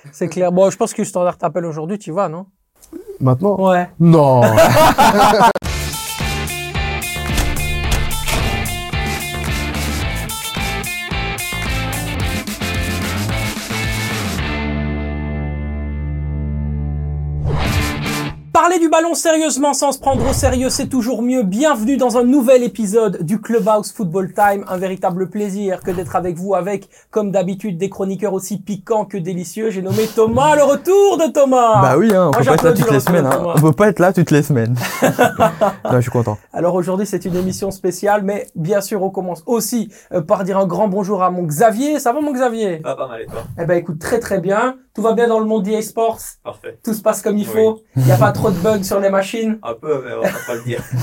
C'est clair. Bon, je pense que Standard t'appelle aujourd'hui, tu vas, non? Maintenant? Ouais. Non. Parler du ballon sérieusement sans se prendre au sérieux, c'est toujours mieux. Bienvenue dans un nouvel épisode du Clubhouse Football Time. Un véritable plaisir que d'être avec vous avec, comme d'abitude, des chroniqueurs aussi piquants que délicieux. J'ai nommé Thomas, le retour de Thomas. Bah oui, on peut pas être là toutes les semaines. On peut pas être là toutes les semaines. Non, je suis content. Alors aujourd'hui, c'est une émission spéciale, mais bien sûr, on commence aussi par dire un grand bonjour à mon Xavier. Ça va mon Xavier? Ah, pas mal et toi? Eh ben écoute, très très bien. Tout va bien dans le monde d'EA Sports? Parfait. Tout se passe comme il faut? Il n'y a pas trop de bugs sur les machines? Un peu, mais on va pas le dire.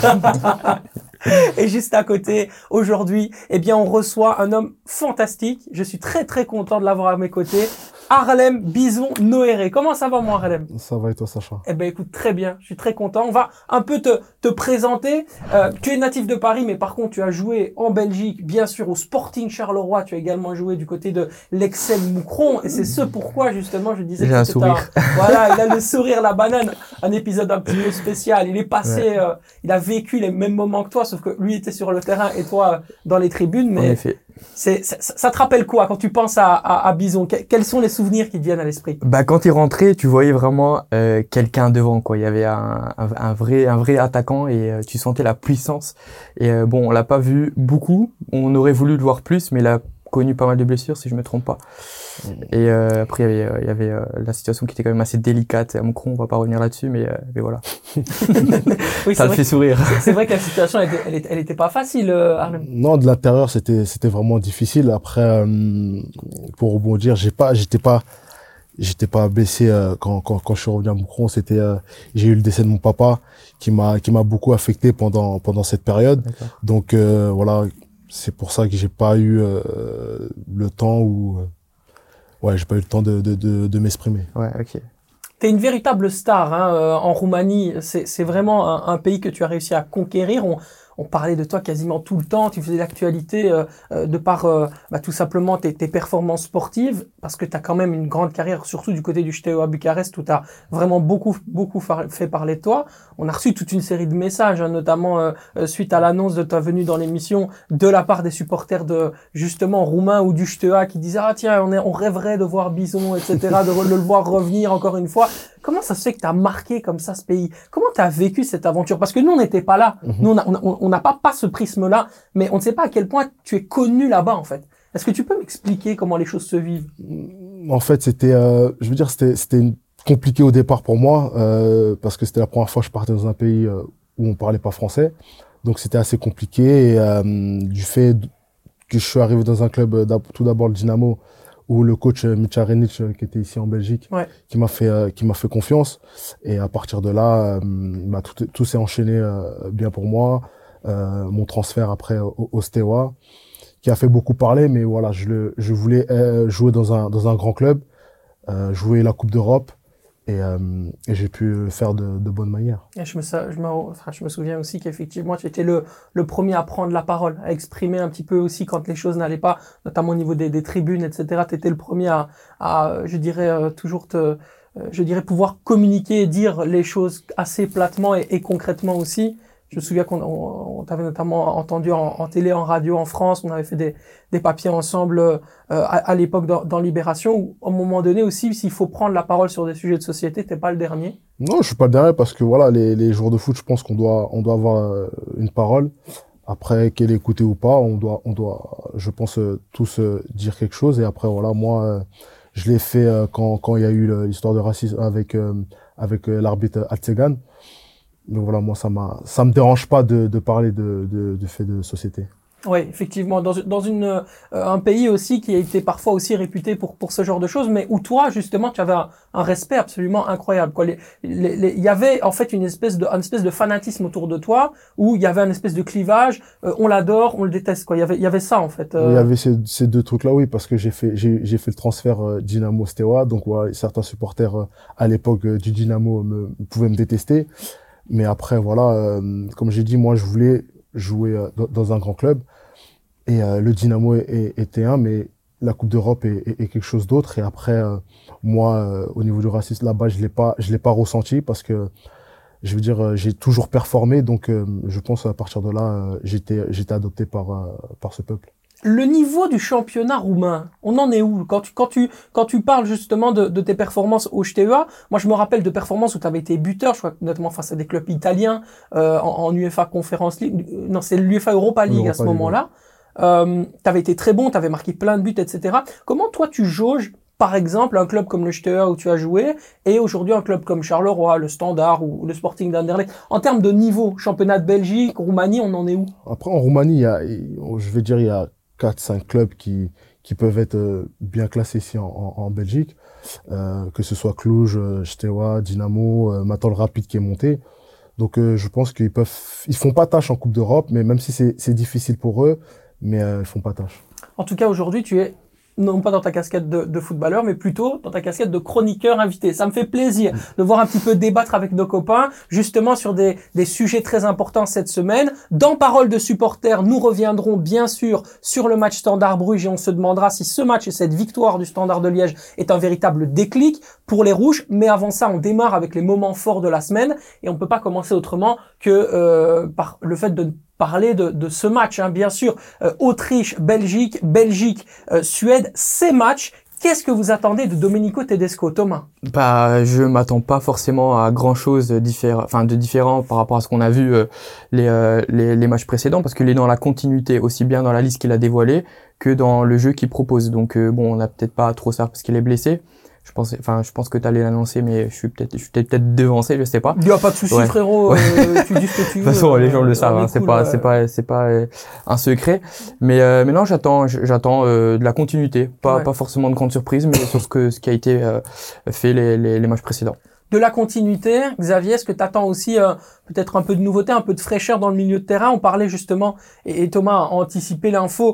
Et juste à côté, aujourd'hui, eh bien, on reçoit un homme fantastique. Je suis très très content de l'avoir à mes côtés. Harlem Bison Noéré. Comment ça va, moi, Harlem? Ça va et toi, Sacha? Eh ben, écoute, très bien. Je suis très content. On va un peu te présenter. Tu es natif de Paris, mais par contre, tu as joué en Belgique, bien sûr, au Sporting Charleroi. Tu as également joué du côté de l'Excel Moucron. Et c'est ce pourquoi, justement, je disais J'ai un sourire. Voilà, il a le sourire, la banane. Un épisode un petit peu spécial. Il est passé, il a vécu les mêmes moments que toi, sauf que lui était sur le terrain et toi dans les tribunes. Mais En effet. ça te rappelle quoi quand tu penses à Bison? Quels sont les souvenirs qui te viennent à l'esprit? Bah quand il rentrait, tu voyais vraiment quelqu'un devant quoi. Il y avait un vrai attaquant et tu sentais la puissance. Et bon, on l'a pas vu beaucoup. On aurait voulu le voir plus, mais il a connu pas mal de blessures si je me trompe pas. Et après il y avait la situation qui était quand même assez délicate à Moucron, on va pas revenir là-dessus, mais voilà. Oui, Ça le fait sourire. C'est vrai que la situation elle était pas facile, Harlem. Non, de l'intérieur, c'était vraiment difficile. Après, pour rebondir, j'étais pas blessé quand je suis revenu à Moucron. J'ai eu le décès de mon papa qui m'a beaucoup affecté pendant cette période. D'accord. Donc voilà, c'est pour ça que j'ai pas eu le temps j'ai pas eu le temps de m'exprimer. Ouais, ok. T'es une véritable star en Roumanie. C'est vraiment un pays que tu as réussi à conquérir. On parlait de toi quasiment tout le temps. Tu faisais l'actualité de par tout simplement tes performances sportives, parce que tu as quand même une grande carrière, surtout du côté du Steaua Bucarest, où tu as vraiment beaucoup fait parler de toi. On a reçu toute une série de messages, notamment suite à l'annonce de ta venue dans l'émission, de la part des supporters de justement roumains ou du Steaua qui disaient ah tiens on rêverait de voir Bison, etc., de le voir revenir encore une fois. Comment ça se fait que tu as marqué comme ça ce pays? Comment tu as vécu cette aventure? Parce que nous, on n'était pas là. Nous, on n'a pas ce prisme-là, mais on ne sait pas à quel point tu es connu là-bas, en fait. Est-ce que tu peux m'expliquer comment les choses se vivent? En fait, c'était compliqué au départ pour moi, parce que c'était la première fois que je partais dans un pays où on parlait pas français. Donc, c'était assez compliqué. Et du fait que je suis arrivé dans un club, tout d'abord le Dynamo, où le coach Micharenic, qui était ici en Belgique, qui m'a fait confiance. Et à partir de là, tout s'est enchaîné bien pour moi. Mon transfert après au Steaua, qui a fait beaucoup parler, mais voilà, je voulais jouer dans un grand club, jouer la Coupe d'Europe, et j'ai pu le faire de bonne manière. Et je me souviens aussi qu'effectivement, tu étais le premier à prendre la parole, à exprimer un petit peu aussi quand les choses n'allaient pas, notamment au niveau des tribunes, etc. Tu étais le premier à je dirais, pouvoir communiquer et dire les choses assez platement et concrètement aussi. Je me souviens qu'on t'avait notamment entendu en télé, en radio, en France. On avait fait des papiers ensemble à l'époque dans Libération. Où, à un moment donné aussi, s'il faut prendre la parole sur des sujets de société, t'es pas le dernier. Non, je suis pas le dernier parce que voilà, les joueurs de foot, je pense qu'on doit avoir une parole. Après, qu'elle est écoutée ou pas, on doit, je pense, tous dire quelque chose. Et après, voilà, moi, je l'ai fait quand il y a eu l'histoire de racisme avec l'arbitre Atsegan. Donc voilà, moi, ça me dérange pas de parler de faits de société. Oui, effectivement, dans un pays aussi qui a été parfois aussi réputé pour ce genre de choses, mais où toi, justement, tu avais un respect absolument incroyable, quoi. Il y avait, en fait, une espèce de fanatisme autour de toi, où il y avait une espèce de clivage, on l'adore, on le déteste, quoi. Il y avait ça, en fait. Il y avait ces deux trucs-là, oui, parce que j'ai fait le transfert Dynamo Steaua, donc voilà, certains supporters à l'époque du Dynamo pouvaient me détester. Mais après, voilà, comme j'ai dit, moi, je voulais jouer dans un grand club. Et le Dynamo était un, mais la Coupe d'Europe est quelque chose d'autre. Et après, moi, au niveau du racisme, là-bas, je l'ai pas ressenti parce que, je veux dire, j'ai toujours performé. Donc, je pense à partir de là, j'étais adopté par ce peuple. Le niveau du championnat roumain, on en est où? Quand tu parles justement de tes performances au HTEA, moi je me rappelle de performances où tu avais été buteur, je crois notamment face à des clubs italiens, en UEFA Conference League, non c'est l'UEFA Europa League à ce moment-là. Tu avais été très bon, tu avais marqué plein de buts, etc. Comment toi tu jauges, par exemple, un club comme le HTEA où tu as joué, et aujourd'hui un club comme Charleroi, le Standard ou le Sporting d'Anderlecht, en termes de niveau, championnat de Belgique, Roumanie, on en est où? Après, en Roumanie, je vais dire, il y a 4-5 clubs qui peuvent être bien classés ici en Belgique, que ce soit Cluj, Steaua, Dynamo, maintenant le Rapid qui est monté. Donc je pense ils font pas tâche en Coupe d'Europe, mais même si c'est difficile pour eux, mais ils font pas tâche. En tout cas, aujourd'hui, tu es non pas dans ta casquette de footballeur, mais plutôt dans ta casquette de chroniqueur invité. Ça me fait plaisir de voir un petit peu débattre avec nos copains, justement sur des sujets très importants cette semaine. Dans Parole de supporters, nous reviendrons bien sûr sur le match Standard Bruges et on se demandera si ce match et cette victoire du Standard de Liège est un véritable déclic pour les Rouges. Mais avant ça, on démarre avec les moments forts de la semaine et on peut pas commencer autrement que par le fait de parler de ce match, hein, bien sûr. Autriche, Belgique, Suède, ces matchs. Qu'est-ce que vous attendez de Domenico Tedesco, Thomas? Bah, je m'attends pas forcément à grand chose de différent par rapport à ce qu'on a vu les matchs précédents, parce qu'il est dans la continuité, aussi bien dans la liste qu'il a dévoilée que dans le jeu qu'il propose. Donc bon, on n'a peut-être pas trop ça parce qu'il est blessé. Je pense que tu allais l'annoncer, mais je suis peut-être devancé, je sais pas. Il y a pas de souci, ouais. Frérot. Tu dis ce que tu veux. De toute façon, les gens le savent, hein, c'est pas un secret. Mais non, j'attends de la continuité, pas forcément de grande surprise, mais sur ce qui a été fait les matchs précédents. De la continuité, Xavier, est-ce que tu attends aussi peut-être un peu de nouveauté, un peu de fraîcheur dans le milieu de terrain? On parlait justement, et Thomas a anticipé l'info,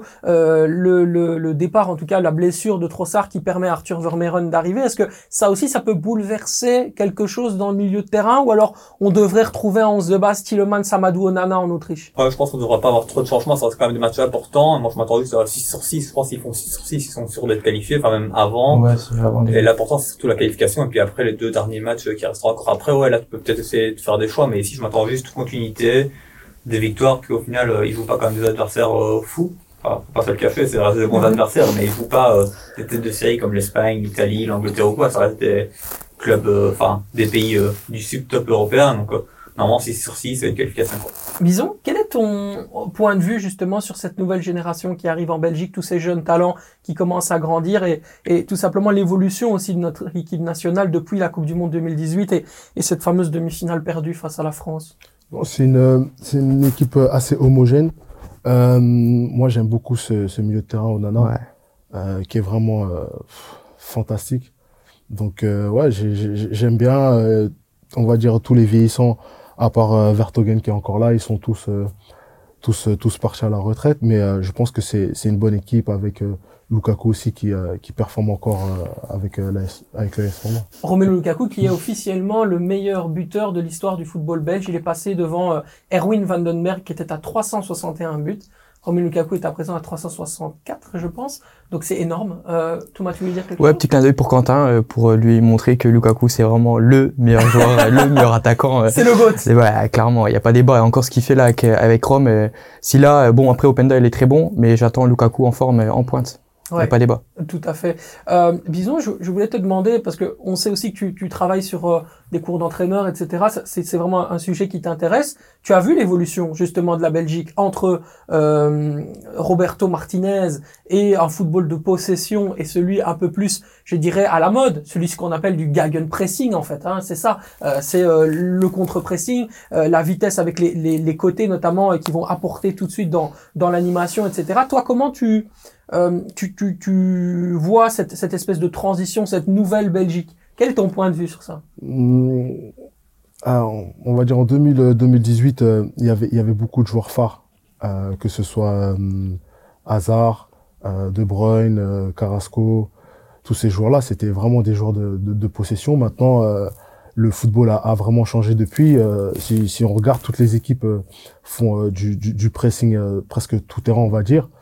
le départ, en tout cas la blessure de Trossard qui permet à Arthur Vermeeren d'arriver. Est-ce que ça aussi, ça peut bouleverser quelque chose dans le milieu de terrain, ou alors on devrait retrouver un 11 de base Tielemans, Amadou Onana en Autriche? Ouais, je pense qu'on ne devrait pas avoir trop de changements, ça reste quand même des matchs importants. Moi, je m'attends juste à 6 sur 6. Je pense qu'ils font 6 sur 6, ils sont sûrs d'être qualifiés, enfin même avant. Ouais, c'est avant. Et l'important, c'est surtout la qualification, et puis après, les 2 derniers matchs qui resteront encore après, ouais, là, tu peux peut-être essayer de faire des choix, mais ici, je m'attends juste continuité, des victoires, puis au final, ils jouent pas quand même des adversaires fous. Enfin, faut pas se le cacher, c'est reste des bons adversaires, mais ils jouent pas des têtes de série comme l'Espagne, l'Italie, l'Angleterre ou quoi, ça reste des clubs, des pays du sub-top européen, donc normalement 6 sur 6, c'est une qualification, quoi. Bison, quel est ton point de vue justement sur cette nouvelle génération qui arrive en Belgique, tous ces jeunes talents qui commencent à grandir et tout simplement l'évolution aussi de notre équipe nationale depuis la Coupe du Monde 2018 et cette fameuse demi-finale perdue face à la France? C'est une équipe assez homogène. Moi, j'aime beaucoup ce milieu de terrain Onana, qui est vraiment fantastique. Donc, ouais, j'aime bien, on va dire, tous les vieillissants, à part Vertonghen qui est encore là, ils sont tous partis à la retraite. Mais je pense que c'est une bonne équipe avec Lukaku aussi qui performe encore avec l'AS Roma. Romelu Lukaku qui est officiellement le meilleur buteur de l'histoire du football belge. Il est passé devant Erwin van den Berg qui était à 361 buts. Romelu Lukaku est à présent à 364, je pense. Donc c'est énorme. Thomas, tu veux dire quelque chose? Ouais, petit clin d'œil pour Quentin, pour lui montrer que Lukaku c'est vraiment le meilleur joueur, le meilleur attaquant. C'est le GOAT. Ouais, clairement, il y a pas débat. Et encore ce qu'il fait là avec Rome. Si là, bon après Openda il est très bon, mais j'attends Lukaku en forme, en pointe. Il n'y a pas débat. Tout à fait. Bison, je voulais te demander, parce que on sait aussi que tu travailles sur des cours d'entraîneur, etc. C'est vraiment un sujet qui t'intéresse. Tu as vu l'évolution justement de la Belgique entre Roberto Martinez et un football de possession et celui un peu plus, je dirais, à la mode, celui ce qu'on appelle du Gegenpressing en fait. Hein, c'est ça. C'est le contre-pressing, la vitesse avec les côtés notamment qui vont apporter tout de suite dans l'animation, etc. Toi, comment tu vois cette espèce de transition, cette nouvelle Belgique? Quel est ton point de vue sur ça? Alors, on va dire en 2018, il y avait beaucoup de joueurs phares, que ce soit Hazard, De Bruyne, Carrasco, tous ces joueurs-là, c'était vraiment des joueurs de possession. Maintenant, le football a vraiment changé depuis. Si on regarde, toutes les équipes font du pressing presque tout terrain, on va dire.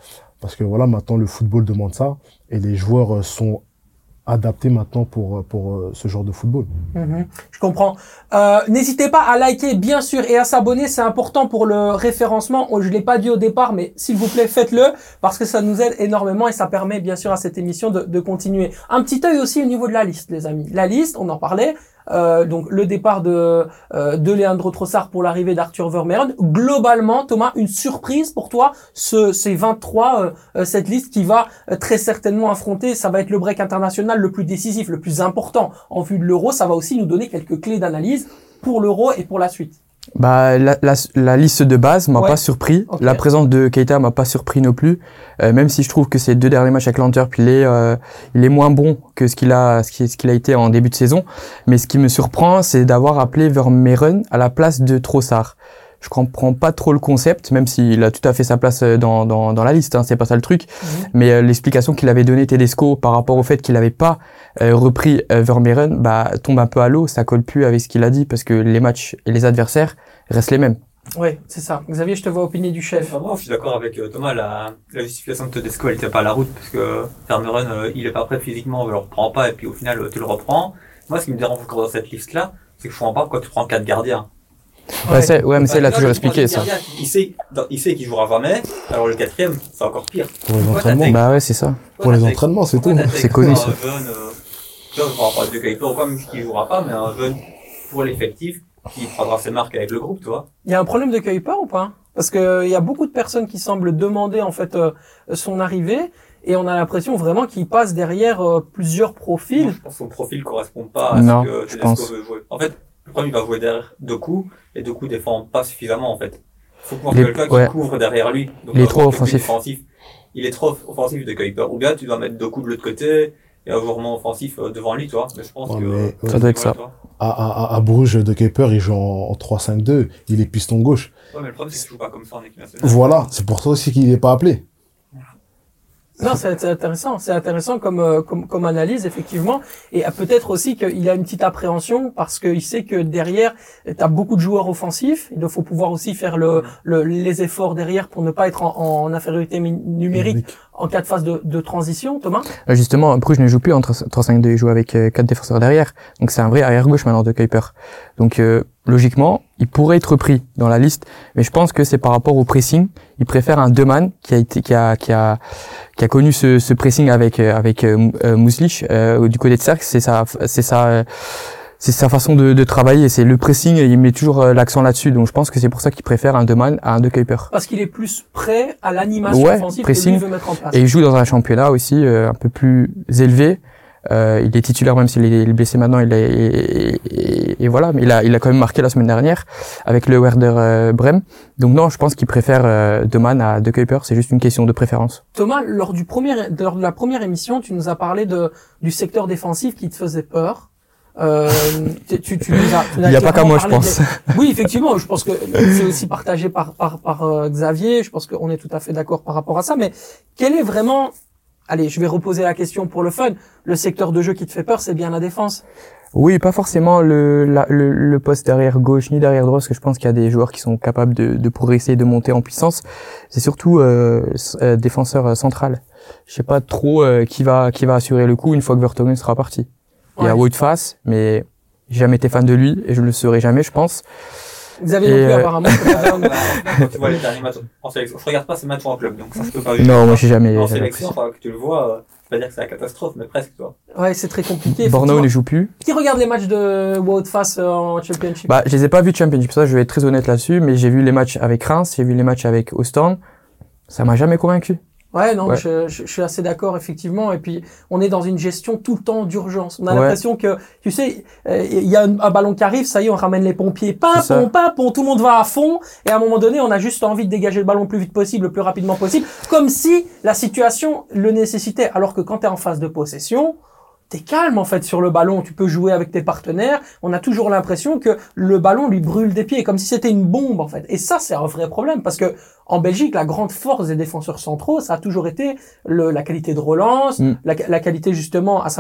Parce que voilà, maintenant, le football demande ça. Et les joueurs sont adaptés maintenant pour ce genre de football. Je comprends. N'hésitez pas à liker, bien sûr, et à s'abonner. C'est important pour le référencement. Je l'ai pas dit au départ, mais s'il vous plaît, faites-le parce que ça nous aide énormément et ça permet, bien sûr, à cette émission de continuer. Un petit œil aussi au niveau de la liste, les amis. La liste, on en parlait. Donc le départ de Leandro Trossard pour l'arrivée d'Arthur Vermeeren. Globalement, Thomas, une surprise pour toi, ces 23, cette liste qui va très certainement affronter, ça va être le break international le plus décisif, le plus important en vue de l'Euro. Ça va aussi nous donner quelques clés d'analyse pour l'Euro et pour la suite. Bah la liste de base m'a pas surpris. Okay. La présence de Keita m'a pas surpris non plus. Même si je trouve que ces 2 derniers matchs avec l'Antwerp, il est moins bon que ce qu'il a été en début de saison. Mais ce qui me surprend, c'est d'avoir appelé Vermeeren à la place de Trossard. Je comprends pas trop le concept, même s'il a tout à fait sa place dans la liste, hein, c'est pas ça le truc. Mais l'explication qu'il avait donnée Tedesco par rapport au fait qu'il avait pas repris Vermeeren, bah tombe un peu à l'eau, ça colle plus avec ce qu'il a dit parce que les matchs et les adversaires restent les mêmes. Ouais, c'est ça. Xavier, je te vois opiner du chef. Moi, je suis d'accord avec Thomas, la justification de Tedesco, elle était pas à la route parce que Vermeeren, il est pas prêt physiquement, on le reprend pas et puis au final, tu le reprends. Moi, ce qui me dérange encore dans cette liste-là, c'est que je comprends pas pourquoi tu prends 4 gardiens. Mais ça, il a toujours expliqué, ça. Il sait qu'il jouera jamais, alors le 4e, c'est encore pire. Pour les entraînements. Bah ouais, c'est ça. Pour les entraînements, c'est tout. C'est connu, ça. Un jeune, je ne parle pas de Kuiper comme qui jouera pas, mais un jeune pour l'effectif, qui prendra ses marques avec le groupe, tu vois. Il y a un problème de Kuiper ou pas? Parce que il y a beaucoup de personnes qui semblent demander, en fait, son arrivée. Et on a l'impression vraiment qu'il passe derrière plusieurs profils. Moi, je pense que son profil correspond pas à ce que Tedesco veut jouer. En fait, le problème, il va jouer derrière Doku, et Doku défend pas suffisamment, en fait. Il faut pouvoir quelqu'un qui couvre derrière lui. Donc, il est trop offensif. Il est trop offensif de Kuiper. Ou bien, tu dois mettre Doku de l'autre côté, et un joueur moins offensif devant lui, tu vois. Mais je pense que ça doit être ça. À Bruges, de Kuiper, il joue en 3-5-2. Il est piston gauche. Ouais, mais le problème, c'est qu'il joue pas comme ça en équipe nationale. Voilà. C'est pour ça aussi qu'il n'est pas appelé. Non, c'est intéressant. C'est intéressant comme analyse, effectivement. Et peut-être aussi qu'il a une petite appréhension parce qu'il sait que derrière, t'as beaucoup de joueurs offensifs. Il faut pouvoir aussi faire les efforts derrière pour ne pas être en infériorité numérique en cas de phase de transition. Thomas? Justement, Bruges ne joue plus en 3-5-2. Il joue avec 4 défenseurs derrière. Donc c'est un vrai arrière-gauche maintenant de Kuiper. Donc logiquement, il pourrait être pris dans la liste, mais je pense que c'est par rapport au pressing. Il préfère un Deman qui a connu ce pressing avec Muslich du côté de Cercle. C'est sa façon de travailler. C'est le pressing et il met toujours l'accent là-dessus. Donc je pense que c'est pour ça qu'il préfère un Deman à un de Kuiper. Parce qu'il est plus prêt à l'animation offensive pressing, que lui veut mettre en place. Et il joue dans un championnat aussi un peu plus élevé. Il est titulaire même s'il est blessé maintenant, et voilà, mais il a quand même marqué la semaine dernière avec le Werder Brême. Donc non, je pense qu'il préfère Deman à De Kuiper, c'est juste une question de préférence. Thomas, lors de la première émission, tu nous as parlé du secteur défensif qui te faisait peur. Il n'y a pas qu'à moi, je pense. Oui, effectivement, je pense que c'est aussi partagé par Xavier. Je pense qu'on est tout à fait d'accord par rapport à ça. Mais quel est vraiment, allez, je vais reposer la question pour le fun. Le secteur de jeu qui te fait peur, c'est bien la défense. Oui, pas forcément le poste derrière gauche ni derrière droite, parce que je pense qu'il y a des joueurs qui sont capables de progresser et de monter en puissance. C'est surtout défenseur central. Je sais pas trop qui va assurer le coup une fois que Vertonghen sera parti. Il y a Woutfass, mais j'ai jamais été fan de lui et je le serai jamais, je pense. Xavier non plus, apparemment. Quand tu vois les derniers matchs en sélection, je regarde pas ces matchs en club, donc ça je peux pas vivre. Non, moi j'ai jamais. En sélection, que tu le vois, c'est pas dire que c'est la catastrophe, mais presque, toi. Ouais, c'est très compliqué. Bordeaux ne joue plus. Qui regarde les matchs de Woutfass en Championship? Bah, je les ai pas vus de Championship, ça je vais être très honnête là-dessus, mais j'ai vu les matchs avec Reims, j'ai vu les matchs avec Ostende. Ça m'a jamais convaincu. Ouais, non, je suis assez d'accord, effectivement. Et puis, on est dans une gestion tout le temps d'urgence. On a l'impression que, tu sais, il y a un ballon qui arrive, ça y est, on ramène les pompiers. Pimpon, tout le monde va à fond. Et à un moment donné, on a juste envie de dégager le ballon le plus vite possible, le plus rapidement possible. Comme si la situation le nécessitait. Alors que quand t'es en phase de possession, t'es calme, en fait, sur le ballon. Tu peux jouer avec tes partenaires. On a toujours l'impression que le ballon lui brûle des pieds, comme si c'était une bombe, en fait. Et ça, c'est un vrai problème parce que, en Belgique, la grande force des défenseurs centraux, ça a toujours été la qualité de relance, la qualité justement à savoir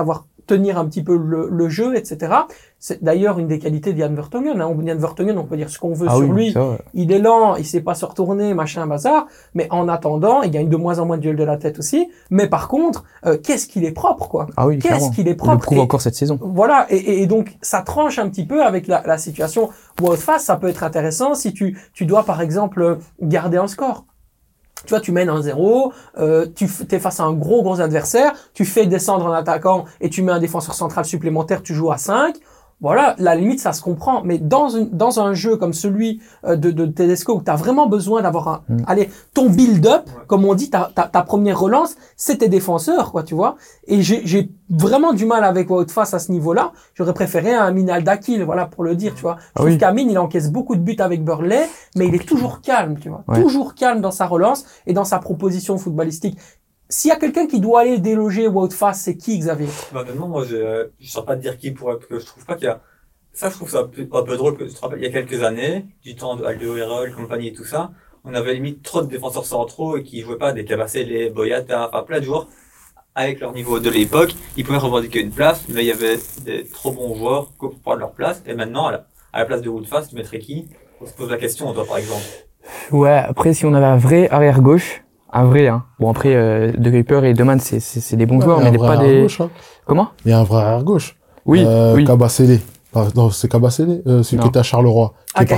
tenir un petit peu le jeu, etc. C'est d'ailleurs une des qualités d'Jan Vertonghen. Hein. Jan Vertonghen, on peut dire ce qu'on veut sur lui. Il est lent, il sait pas se retourner, machin, bazar. Mais en attendant, il gagne de moins en moins de duels de la tête aussi. Mais par contre, qu'est-ce qu'il est propre, quoi. Ah oui, qu'est-ce qu'il est propre. Il le prouve encore cette saison. Voilà. Et donc, ça tranche un petit peu avec la situation. Wout van Aert, ça peut être intéressant si tu dois, par exemple, garder un score. Tu vois, tu mènes 1-0, t'es face à un gros adversaire, tu fais descendre un attaquant et tu mets un défenseur central supplémentaire, tu joues à 5. Voilà, la limite, ça se comprend. Mais dans un jeu comme celui de Tedesco, où tu as vraiment besoin d'avoir ton build-up, comme on dit, ta première relance, c'est tes défenseurs, quoi, tu vois. Et j'ai vraiment du mal avec Wout van Aert à ce niveau-là. J'aurais préféré un Minal d'Akil, voilà, pour le dire, tu vois. Je trouve qu'Amine, il encaisse beaucoup de buts avec Burnley, mais il est toujours calme, tu vois. Toujours calme dans sa relance et dans sa proposition footballistique. S'il y a quelqu'un qui doit aller déloger Wout van Aert, c'est qui, Xavier? Non, moi, je saurais pas te dire qui pourrait, parce que je trouve pas qu'il y a, ça, je trouve ça un peu drôle que, tu te rappelles, il y a quelques années, du temps de Alderweireld, compagnie et tout ça, on avait limite trop de défenseurs centraux et qui jouaient pas, des Kabasele, Boyata, enfin, plein de joueurs, avec leur niveau de l'époque, ils pouvaient revendiquer une place, mais il y avait des trop bons joueurs pour prendre leur place, et maintenant, à la place de Wout van Aert, tu mettrais qui? On se pose la question, toi, par exemple. Ouais, après, si on avait un vrai arrière gauche, un vrai, hein. Bon, après, De Kuiper et Deman, c'est des bons joueurs, mais pas des... Gauche, hein. Comment? Il y a un vrai arrière gauche. Oui, oui. Kabasele. Non, c'est Kabasele, celui qui était à Charleroi.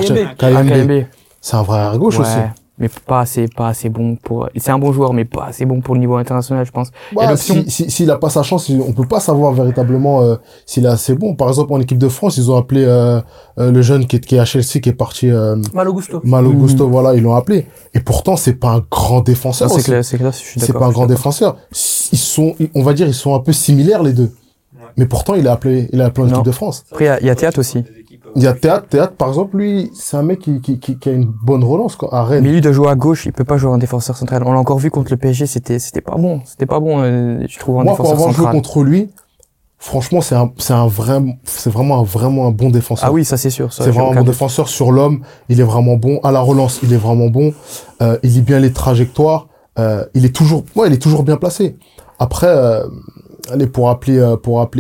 KMB. C'est un vrai arrière gauche aussi. Mais pas assez bon pour, c'est un bon joueur, mais pas assez bon pour le niveau international, je pense. Ouais, s'il a pas sa chance, on peut pas savoir véritablement, s'il est assez bon. Par exemple, en équipe de France, ils ont appelé, le jeune qui est à Chelsea, qui est parti, Malo Gusto. Voilà, ils l'ont appelé. Et pourtant, c'est pas un grand défenseur. C'est clair, je suis d'accord. C'est pas un grand défenseur. On va dire, ils sont un peu similaires, les deux. Mais pourtant, il a appelé en équipe de France. Après, il y a Théâtre aussi. Il y a Théâtre, par exemple, lui, c'est un mec qui a une bonne relance, quoi, à Rennes. Mais lui, de jouer à gauche, il peut pas jouer en défenseur central. On l'a encore vu contre le PSG, c'était pas bon. C'était pas bon, je trouve, en défenseur central. Moi, pour avoir joué contre lui, franchement, c'est vraiment un bon défenseur. Ah oui, ça c'est sûr. C'est vraiment un bon défenseur sur l'homme. Il est vraiment bon. À la relance, il est vraiment bon. Il lit bien les trajectoires. Il est toujours bien placé. Après, allez, pour appeler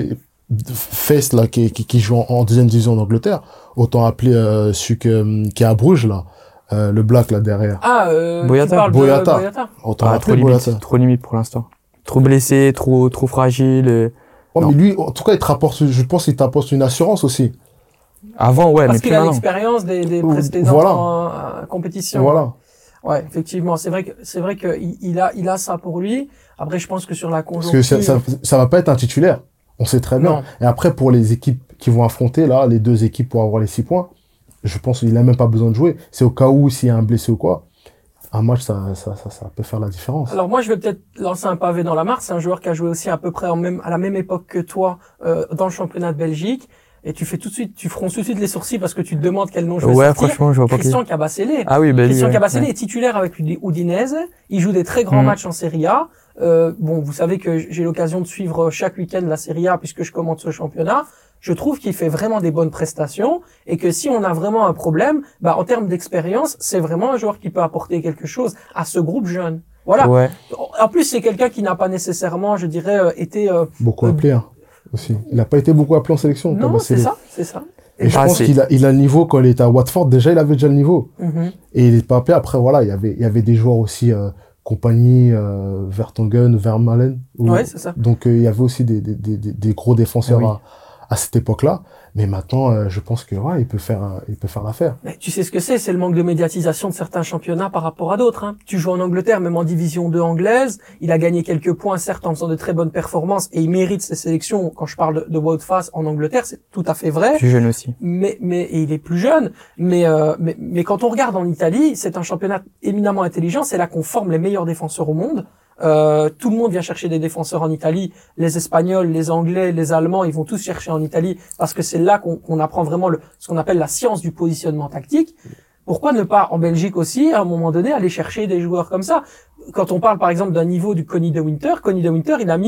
Fest, là, qui joue en deuxième division d'Angleterre, autant appeler celui qui est à Bruges, là, le Black, là, derrière. Boyata. Autant appeler Boyata. Trop limite pour l'instant. Trop blessé, trop fragile. Mais lui, en tout cas, je pense qu'il t'apporte une assurance aussi. Avant, ouais, parce mais qu'il a l'expérience des précédentes compétitions. Voilà. Ouais, effectivement, c'est vrai que il a ça pour lui. Après, je pense que sur la conjoncture. Parce que ça va pas être un titulaire. On sait très bien. Non. Et après, pour les équipes qui vont affronter, là, les deux équipes pour avoir les 6 points, je pense qu'il a même pas besoin de jouer. C'est au cas où, s'il y a un blessé ou quoi. Un match, ça peut faire la différence. Alors moi, je vais peut-être lancer un pavé dans la mare. C'est un joueur qui a joué aussi à peu près à la même époque que toi, dans le championnat de Belgique. Et tu fronces tout de suite les sourcils parce que tu te demandes quel nom je vais sortir. Franchement, je vois pas Christian Kabasele. Ah oui, Christian Kabasele est titulaire avec Udinese. Il joue des très grands matchs en Serie A. Bon, vous savez que j'ai l'occasion de suivre chaque week-end la Serie A puisque je commente ce championnat. Je trouve qu'il fait vraiment des bonnes prestations et que si on a vraiment un problème, en termes d'expérience, c'est vraiment un joueur qui peut apporter quelque chose à ce groupe jeune. Voilà. Ouais. En plus, c'est quelqu'un qui n'a pas nécessairement, je dirais, été beaucoup appelé, hein, aussi. Il n'a pas été beaucoup appelé en sélection. Non, c'est ça. Et je pense qu'il a le niveau quand il était à Watford. Déjà, il avait déjà le niveau. Et il est pas appelé. Après, voilà, il y avait des joueurs aussi, compagnie, Vertonghen, Vermaelen. Ouais, c'est ça. Donc, il y avait aussi des gros défenseurs à cette époque-là. Mais maintenant, je pense que il peut faire l'affaire. Mais tu sais ce que c'est le manque de médiatisation de certains championnats par rapport à d'autres. Hein. Tu joues en Angleterre, même en division 2 anglaise, il a gagné quelques points, certes en faisant de très bonnes performances, et il mérite ses sélections. Quand je parle de Wout van Aert en Angleterre, c'est tout à fait vrai. Plus jeune aussi. Mais et il est plus jeune. Mais quand on regarde en Italie, c'est un championnat éminemment intelligent. C'est là qu'on forme les meilleurs défenseurs au monde. Tout le monde vient chercher des défenseurs en Italie. Les Espagnols, les Anglais, les Allemands, ils vont tous chercher en Italie parce que c'est là qu'on apprend vraiment ce qu'on appelle la science du positionnement tactique. Pourquoi ne pas en Belgique aussi, à un moment donné, aller chercher des joueurs comme ça? Quand on parle par exemple d'un niveau du Connie de Winter, il a mis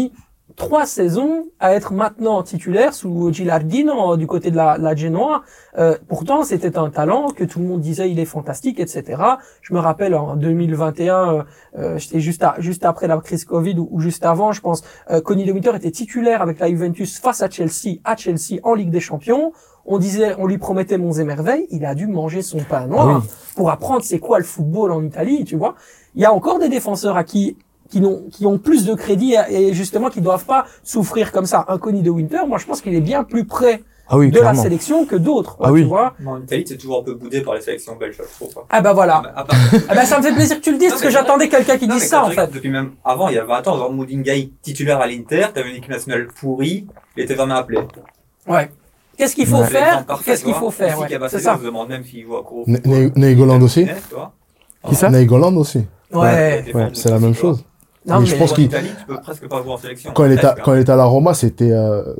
3 saisons à être maintenant titulaire sous Gilardino du côté de la Genoa. Pourtant, c'était un talent que tout le monde disait il est fantastique, etc. Je me rappelle en 2021, j'étais juste après la crise Covid ou juste avant, je pense, Conny De Winter était titulaire avec la Juventus face à Chelsea en Ligue des Champions. On lui promettait monts et merveilles, il a dû manger son pain noir pour apprendre c'est quoi le football en Italie, tu vois. Il y a encore des défenseurs qui ont plus de crédit et justement qui doivent pas souffrir comme ça. Un Conny De Winter, moi je pense qu'il est bien plus près de clairement. la sélection que d'autres, Ah oui. tu vois. En Italie, c'est toujours un peu boudé par les sélections belges, je trouve. Ah bah voilà. Ah bah ça me fait plaisir que tu le dises Non, parce mais que j'attendais quelqu'un qui Non, dise mais ça quand en tu regardes fait. Depuis même avant, il y a 20 ans, genre Moudingai titulaire à l'Inter, t'avais une équipe nationale pourrie, il était jamais appelé. Ouais. Qu'est-ce qu'il faut C'est faire l'exemple parfait, Qu'est-ce tu qu'il vois. faut faire Ici, ouais. Cabassi, C'est ça. on se demande même s'il joue à gros. Nainggolan aussi. Qui ça? Nainggolan aussi. Ouais. C'est la même chose. Non, Mais je pense En qu'il- Italie, tu peux presque pas jouer en sélection. Quand il était à la Roma, c'était,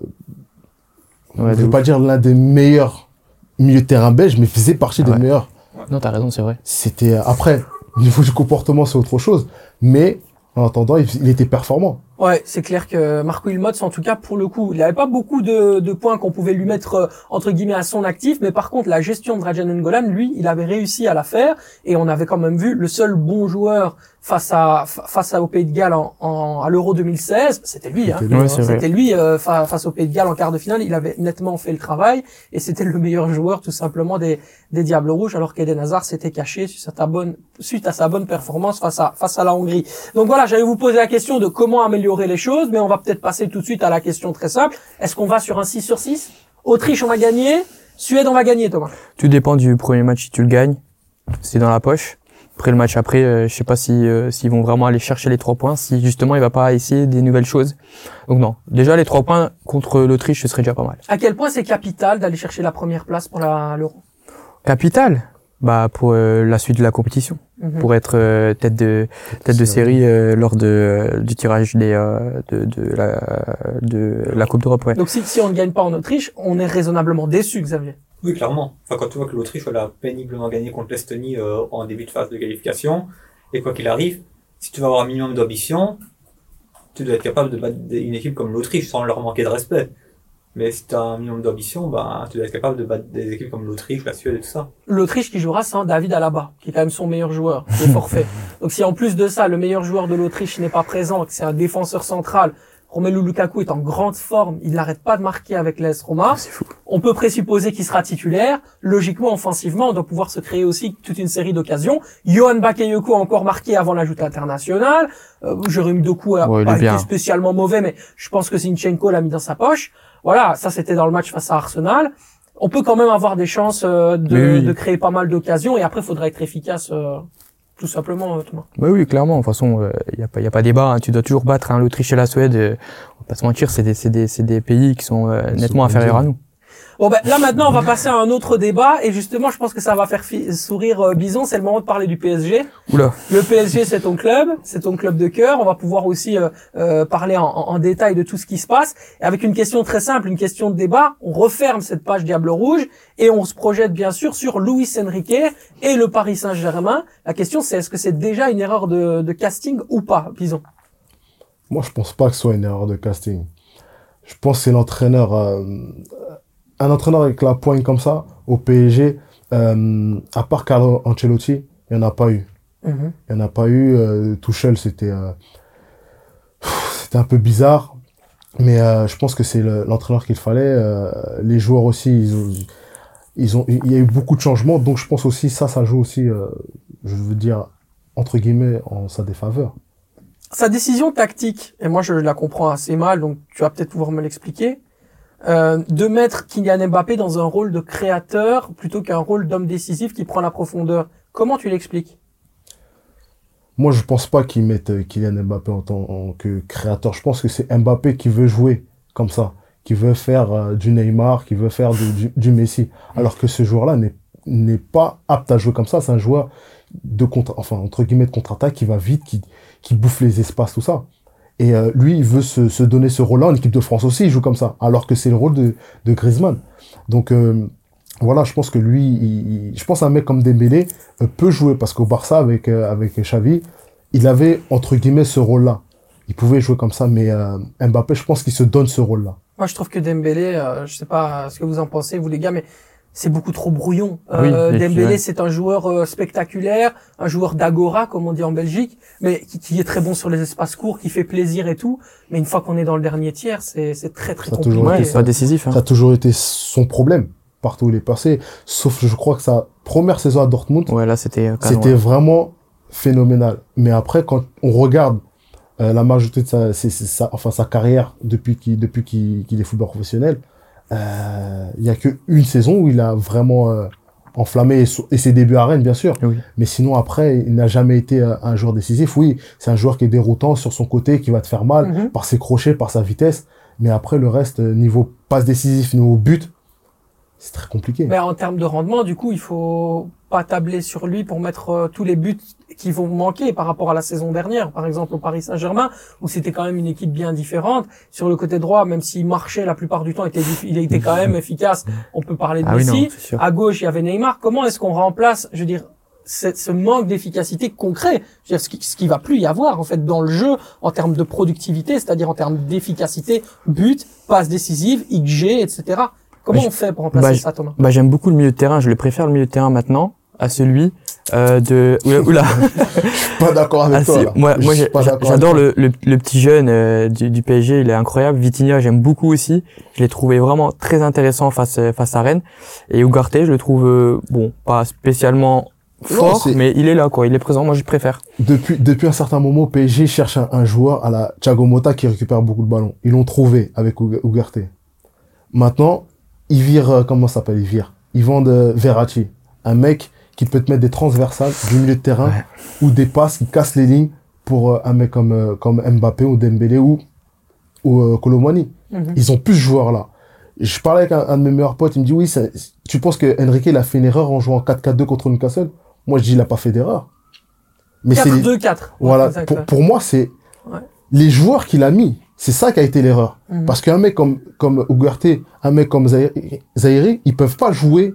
je ne veux pas dire l'un des meilleurs milieux de terrain belges, mais faisait partie des meilleurs. Non, t'as raison, c'est vrai. C'était, après, au niveau du comportement, c'est autre chose. Mais, en attendant, il était performant. Ouais, c'est clair que Marco Ilmots, en tout cas, pour le coup, il n'avait pas beaucoup de points qu'on pouvait lui mettre, entre guillemets, à son actif, mais par contre, la gestion de Dragan Nainggolan, lui, il avait réussi à la faire, et on avait quand même vu le seul bon joueur face au Pays de Galles à l'Euro 2016, c'était lui, hein. C'était lui, ouais, c'est vrai. C'était lui, face au Pays de Galles en quart de finale, il avait nettement fait le travail, et c'était le meilleur joueur, tout simplement, des Diables Rouges, alors qu'Eden Hazard s'était caché suite à sa bonne performance face à la Hongrie. Donc voilà, j'allais vous poser la question de comment améliorer les choses, mais on va peut-être passer tout de suite à la question très simple. Est-ce qu'on va sur un 6 sur 6? Autriche, on va gagner. Suède, on va gagner, Thomas. Tout dépend du premier match, si tu le gagnes, c'est dans la poche. Après le match après, je sais pas s'ils vont vraiment aller chercher les 3 points, si justement il va pas essayer des nouvelles choses. Donc non, déjà les 3 points contre l'Autriche, ce serait déjà pas mal. À quel point c'est capital d'aller chercher la première place pour l'Euro? Capital, bah pour la suite de la compétition, pour être tête de série lors du tirage de la Coupe d'Europe, ouais. Donc si on ne gagne pas en Autriche, on est raisonnablement déçu, Xavier. Oui, clairement. Enfin, quand tu vois que l'Autriche, elle a péniblement gagné contre l'Estonie en début de phase de qualification, et quoi qu'il arrive, si tu vas avoir un minimum d'ambition, tu dois être capable de battre une équipe comme l'Autriche sans leur manquer de respect. Mais si tu as un minimum d'ambition, bah, tu dois être capable de battre des équipes comme l'Autriche, la Suède et tout ça. L'Autriche qui jouera sans David Alaba, qui est quand même son meilleur joueur, qui est forfait. Donc si en plus de ça, le meilleur joueur de l'Autriche n'est pas présent, que c'est un défenseur central, Romelu Lukaku est en grande forme, il n'arrête pas de marquer avec l'AS Roma. C'est fou. On peut présupposer qu'il sera titulaire. Logiquement, offensivement, on doit pouvoir se créer aussi toute une série d'occasions. Johan Bakayoko a encore marqué avant l'ajout international. Jérôme Doku a pas été spécialement mauvais, mais je pense que Zinchenko l'a mis dans sa poche. Voilà, ça c'était dans le match face à Arsenal. On peut quand même avoir des chances de créer pas mal d'occasions, et après, il faudra être efficace. Tout simplement, Thomas. Bah oui, clairement. De toute façon, y a pas débat. Hein. Tu dois toujours battre l'Autriche et la Suède. On va pas se mentir, c'est des pays qui sont nettement inférieurs à nous. Bon ben là maintenant on va passer à un autre débat, et justement je pense que ça va faire sourire Bison, c'est le moment de parler du PSG. Oula. Le PSG c'est ton club de cœur. On va pouvoir aussi parler en détail de tout ce qui se passe, et avec une question très simple, une question de débat. On referme cette page Diable Rouge et on se projette bien sûr sur Luis Enrique et le Paris Saint-Germain. La question c'est, est-ce que c'est déjà une erreur de casting ou pas, Bison? Moi je pense pas que ce soit une erreur de casting. Je pense que c'est l'entraîneur... un entraîneur avec la poigne comme ça, au PSG, à part Carlo Ancelotti, il n'y en a pas eu. Il n'y en a pas eu. Tuchel, c'était un peu bizarre. Mais je pense que c'est l'entraîneur qu'il fallait. Les joueurs aussi, il y a eu beaucoup de changements. Donc je pense aussi, ça joue aussi, je veux dire, entre guillemets, en sa défaveur. Sa décision tactique, et moi je la comprends assez mal, donc tu vas peut-être pouvoir me l'expliquer, de mettre Kylian Mbappé dans un rôle de créateur plutôt qu'un rôle d'homme décisif qui prend la profondeur. Comment tu l'expliques? Moi, je pense pas qu'ils mettent Kylian Mbappé en tant que créateur. Je pense que c'est Mbappé qui veut jouer comme ça, qui veut faire du Neymar, qui veut faire du Messi. Alors que ce joueur-là n'est pas apte à jouer comme ça. C'est un joueur entre guillemets de contre-attaque, qui va vite, qui bouffe les espaces, tout ça. Et lui, il veut se donner ce rôle-là. En équipe de France aussi, il joue comme ça. Alors que c'est le rôle de Griezmann. Donc voilà, je pense que lui, je pense un mec comme Dembélé peut jouer. Parce qu'au Barça, avec Xavi, il avait, entre guillemets, ce rôle-là. il pouvait jouer comme ça, mais Mbappé, je pense qu'il se donne ce rôle-là. Moi, je trouve que Dembélé, je sais pas ce que vous en pensez, vous les gars, mais c'est beaucoup trop brouillon. Oui, Dembélé, c'est un joueur spectaculaire, un joueur d'agora, comme on dit en Belgique, mais qui est très bon sur les espaces courts, qui fait plaisir et tout. Mais une fois qu'on est dans le dernier tiers, c'est très très Ça a toujours compliqué. été c'est pas décisif. Hein. Ça a toujours été son problème partout où il est passé. Sauf, je crois que sa première saison à Dortmund, Ouais, là, c'était c'était vraiment phénoménal. Mais après, quand on regarde la majorité de sa carrière depuis qu'il est footballeur professionnel, il y a que une saison où il a vraiment enflammé et ses débuts à Rennes, bien sûr. Oui. Mais sinon, après, il n'a jamais été un joueur décisif. Oui, c'est un joueur qui est déroutant sur son côté, qui va te faire mal par ses crochets, par sa vitesse. Mais après, le reste, niveau passe décisif, niveau but, c'est très compliqué. Mais en termes de rendement, du coup, il faut pas tabler sur lui pour mettre tous les buts qui vont manquer par rapport à la saison dernière, par exemple au Paris Saint-Germain, où c'était quand même une équipe bien différente. Sur le côté droit, même s'il marchait la plupart du temps, il était quand même efficace. On peut parler de Messi. Oui, non, c'est sûr. À gauche, il y avait Neymar. Comment est-ce qu'on remplace, je veux dire, ce manque d'efficacité concret, je veux dire, ce qui va plus y avoir en fait dans le jeu en termes de productivité, c'est-à-dire en termes d'efficacité, but, passe décisive, XG, etc. Comment on fait pour remplacer ça, Thomas? J'aime beaucoup le milieu de terrain. Je le préfère le milieu de terrain maintenant à celui de. Oula. Je suis pas d'accord avec toi. Là. Moi, Je suis pas d'accord j'adore avec le petit jeune du PSG. Il est incroyable. Vitinha, j'aime beaucoup aussi. Je l'ai trouvé vraiment très intéressant face à Rennes. Et Ugarte, je le trouve bon, pas spécialement fort, mais il est là, quoi. Il est présent. Moi, je préfère. Depuis un certain moment, PSG cherche un joueur à la Thiago Motta qui récupère beaucoup de ballons. Ils l'ont trouvé avec Ugarte. Maintenant, ils virent, comment ça s'appelle, ils vendent Verratti. Un mec qui peut te mettre des transversales du milieu de terrain ou des passes qui cassent les lignes pour un mec comme Mbappé ou Dembélé ou Colomani. Ils ont plus ce joueur-là. Je parlais avec un de mes meilleurs potes, il me dit oui, tu penses que Enrique il a fait une erreur en jouant 4-4-2 contre Newcastle? Moi je dis il a pas fait d'erreur. Mais 4-2-4. Voilà, pour moi c'est les joueurs qu'il a mis. C'est ça qui a été l'erreur. Parce qu'un mec comme Ugarte, un mec comme Zaïri, ils peuvent pas jouer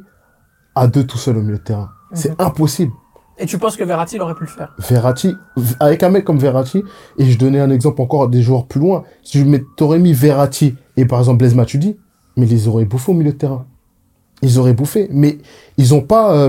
à deux tout seul au milieu de terrain. C'est impossible. Et tu penses que Verratti il aurait pu le faire? Verratti, avec un mec comme Verratti, et je donnais un exemple encore des joueurs plus loin, si t'aurais mis Verratti et par exemple Blaise Matuidi, mais ils auraient bouffé au milieu de terrain. Ils auraient bouffé, mais ils ont pas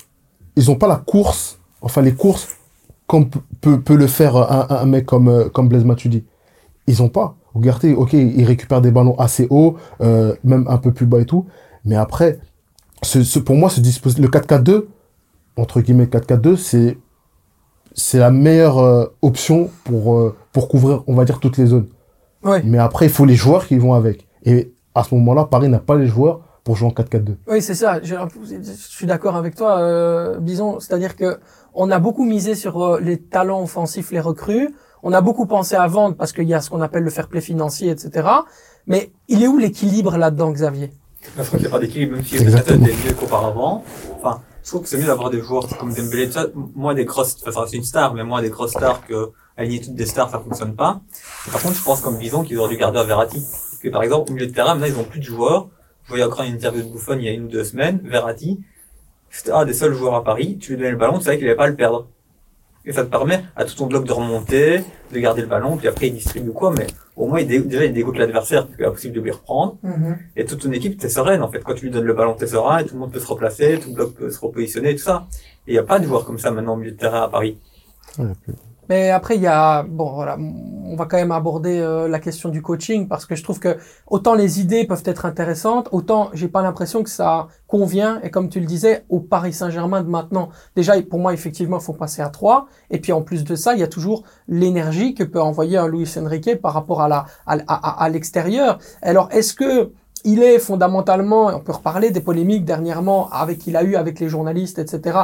la course, enfin les courses comme peut le faire un mec comme Blaise Matuidi. Ils ont pas. Regardez, ok, ils récupèrent des ballons assez hauts, même un peu plus bas et tout. Mais après, pour moi, le 4-4-2, entre guillemets 4-4-2, c'est la meilleure option pour couvrir, on va dire, toutes les zones. Ouais. Mais après, il faut les joueurs qui vont avec. Et à ce moment-là, Paris n'a pas les joueurs pour jouer en 4-4-2. Oui, c'est ça. Je suis d'accord avec toi, Bison. C'est-à-dire que on a beaucoup misé sur les talents offensifs, les recrues. On a beaucoup pensé à vendre parce qu'il y a ce qu'on appelle le fair play financier, etc. Mais il est où l'équilibre là-dedans, Xavier? Je crois qu'il n'y a pas d'équilibre, même si le Nathan est mieux qu'auparavant. Enfin, je trouve que c'est mieux d'avoir des joueurs comme Dembélé, tout ça. Moi, des grosses, enfin, c'est une star, mais moi, des grosses stars que aligner toutes des stars, ça fonctionne pas. Par contre, je pense comme Bison qu'ils auraient dû garder à Verratti. Parce que, par exemple, au milieu de terrain, maintenant, ils ont plus de joueurs. Je voyais encore une interview de Buffon il y a 1 ou 2 semaines. Verratti, c'était un des seuls joueurs à Paris. Tu lui donnais le ballon, tu savais qu'il allait pas le perdre. Et ça te permet à tout ton bloc de remonter, de garder le ballon, puis après il distribue quoi, mais au moins déjà il dégoûte l'adversaire, parce qu'il est impossible de lui reprendre. Et toute ton équipe, t'es sereine en fait. Quand tu lui donnes le ballon, t'es serein, et tout le monde peut se replacer, tout le bloc peut se repositionner, et tout ça. Et il y a pas de joueurs comme ça maintenant au milieu de terrain à Paris. Mais après, il y a, bon, voilà, on va quand même aborder la question du coaching parce que je trouve que autant les idées peuvent être intéressantes, autant j'ai pas l'impression que ça convient. Et comme tu le disais, au Paris Saint-Germain de maintenant, déjà, pour moi, effectivement, il faut passer à 3. Et puis, en plus de ça, il y a toujours l'énergie que peut envoyer un Luis Enrique par rapport à l'extérieur. Alors, est-ce que il est fondamentalement, on peut reparler des polémiques dernièrement qu'il a eu avec les journalistes, etc.,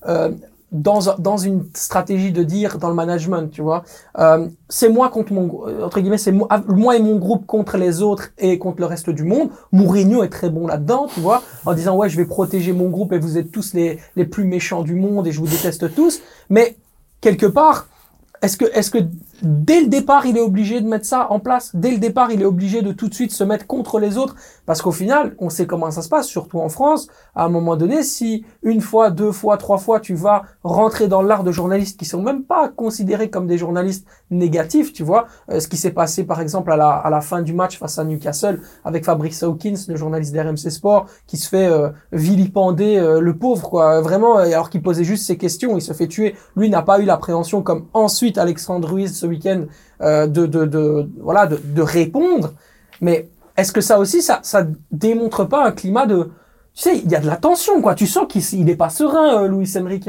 dans une stratégie de dire dans le management, tu vois, c'est moi contre entre guillemets, c'est moi et mon groupe contre les autres et contre le reste du monde. Mourinho est très bon là-dedans, tu vois, en disant ouais, je vais protéger mon groupe et vous êtes tous les plus méchants du monde et je vous déteste tous. Mais quelque part, est-ce que dès le départ, il est obligé de mettre ça en place. Dès le départ, il est obligé de tout de suite se mettre contre les autres. Parce qu'au final, on sait comment ça se passe, surtout en France. À un moment donné, si une fois, deux fois, trois fois, tu vas rentrer dans l'art de journalistes qui sont même pas considérés comme des journalistes négatifs, tu vois, ce qui s'est passé par exemple à la fin du match face à Newcastle avec Fabrice Hawkins, le journaliste d'RMC Sport, qui se fait vilipender, le pauvre, quoi. Vraiment, alors qu'il posait juste ses questions, il se fait tuer. Lui n'a pas eu l'appréhension comme ensuite Alexandre Ruiz ce week-end de répondre. Mais est-ce que ça aussi, ça démontre pas un climat de, tu sais, il y a de la tension, quoi. Tu sens qu'il est pas serein, Luis Enrique.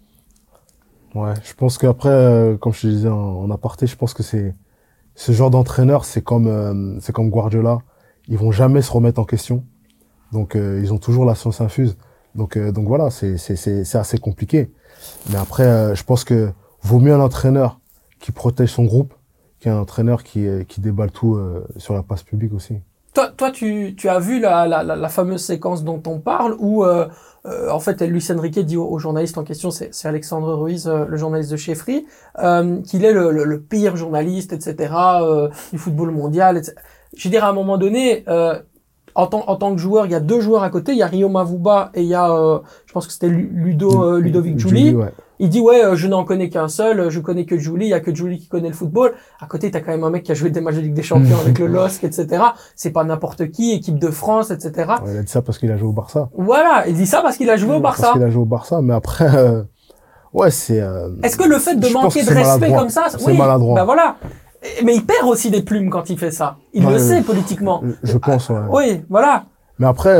Ouais, je pense qu'après, comme je te disais en aparté, je pense que c'est ce genre d'entraîneur, c'est comme Guardiola. Ils vont jamais se remettre en question. Donc ils ont toujours la science infuse. Donc voilà, c'est assez compliqué. Mais après, je pense que vaut mieux un entraîneur qui protège son groupe qu'un entraîneur qui déballe tout sur la place publique aussi. Toi, tu as vu la fameuse séquence dont on parle où en fait Luis Enrique dit au journaliste en question, c'est Alexandre Ruiz, le journaliste de chez Free, qu'il est le pire journaliste, etc. Du football mondial. Etc. Je veux dire, à un moment donné, en tant que joueur, il y a deux joueurs à côté, il y a Rio Mavuba et il y a, je pense que c'était Ludovic Giuli. Ouais. Il dit je n'en connais qu'un seul, je connais que Giuli, il y a que Giuli qui connaît le football. À côté, t'as quand même un mec qui a joué des matchs de Ligue des Champions avec le LOSC, etc. C'est pas n'importe qui, équipe de France, etc. Ouais, il a dit ça parce qu'il a joué au Barça. Voilà, il dit ça parce qu'il a joué au Barça. Parce qu'il a joué au Barça, mais après, ouais, c'est. Est-ce que le fait de manquer de respect comme ça, c'est maladroit. Ben voilà. Mais il perd aussi des plumes quand il fait ça. Il le sait politiquement. Je pense, ouais. Oui, voilà. Mais après,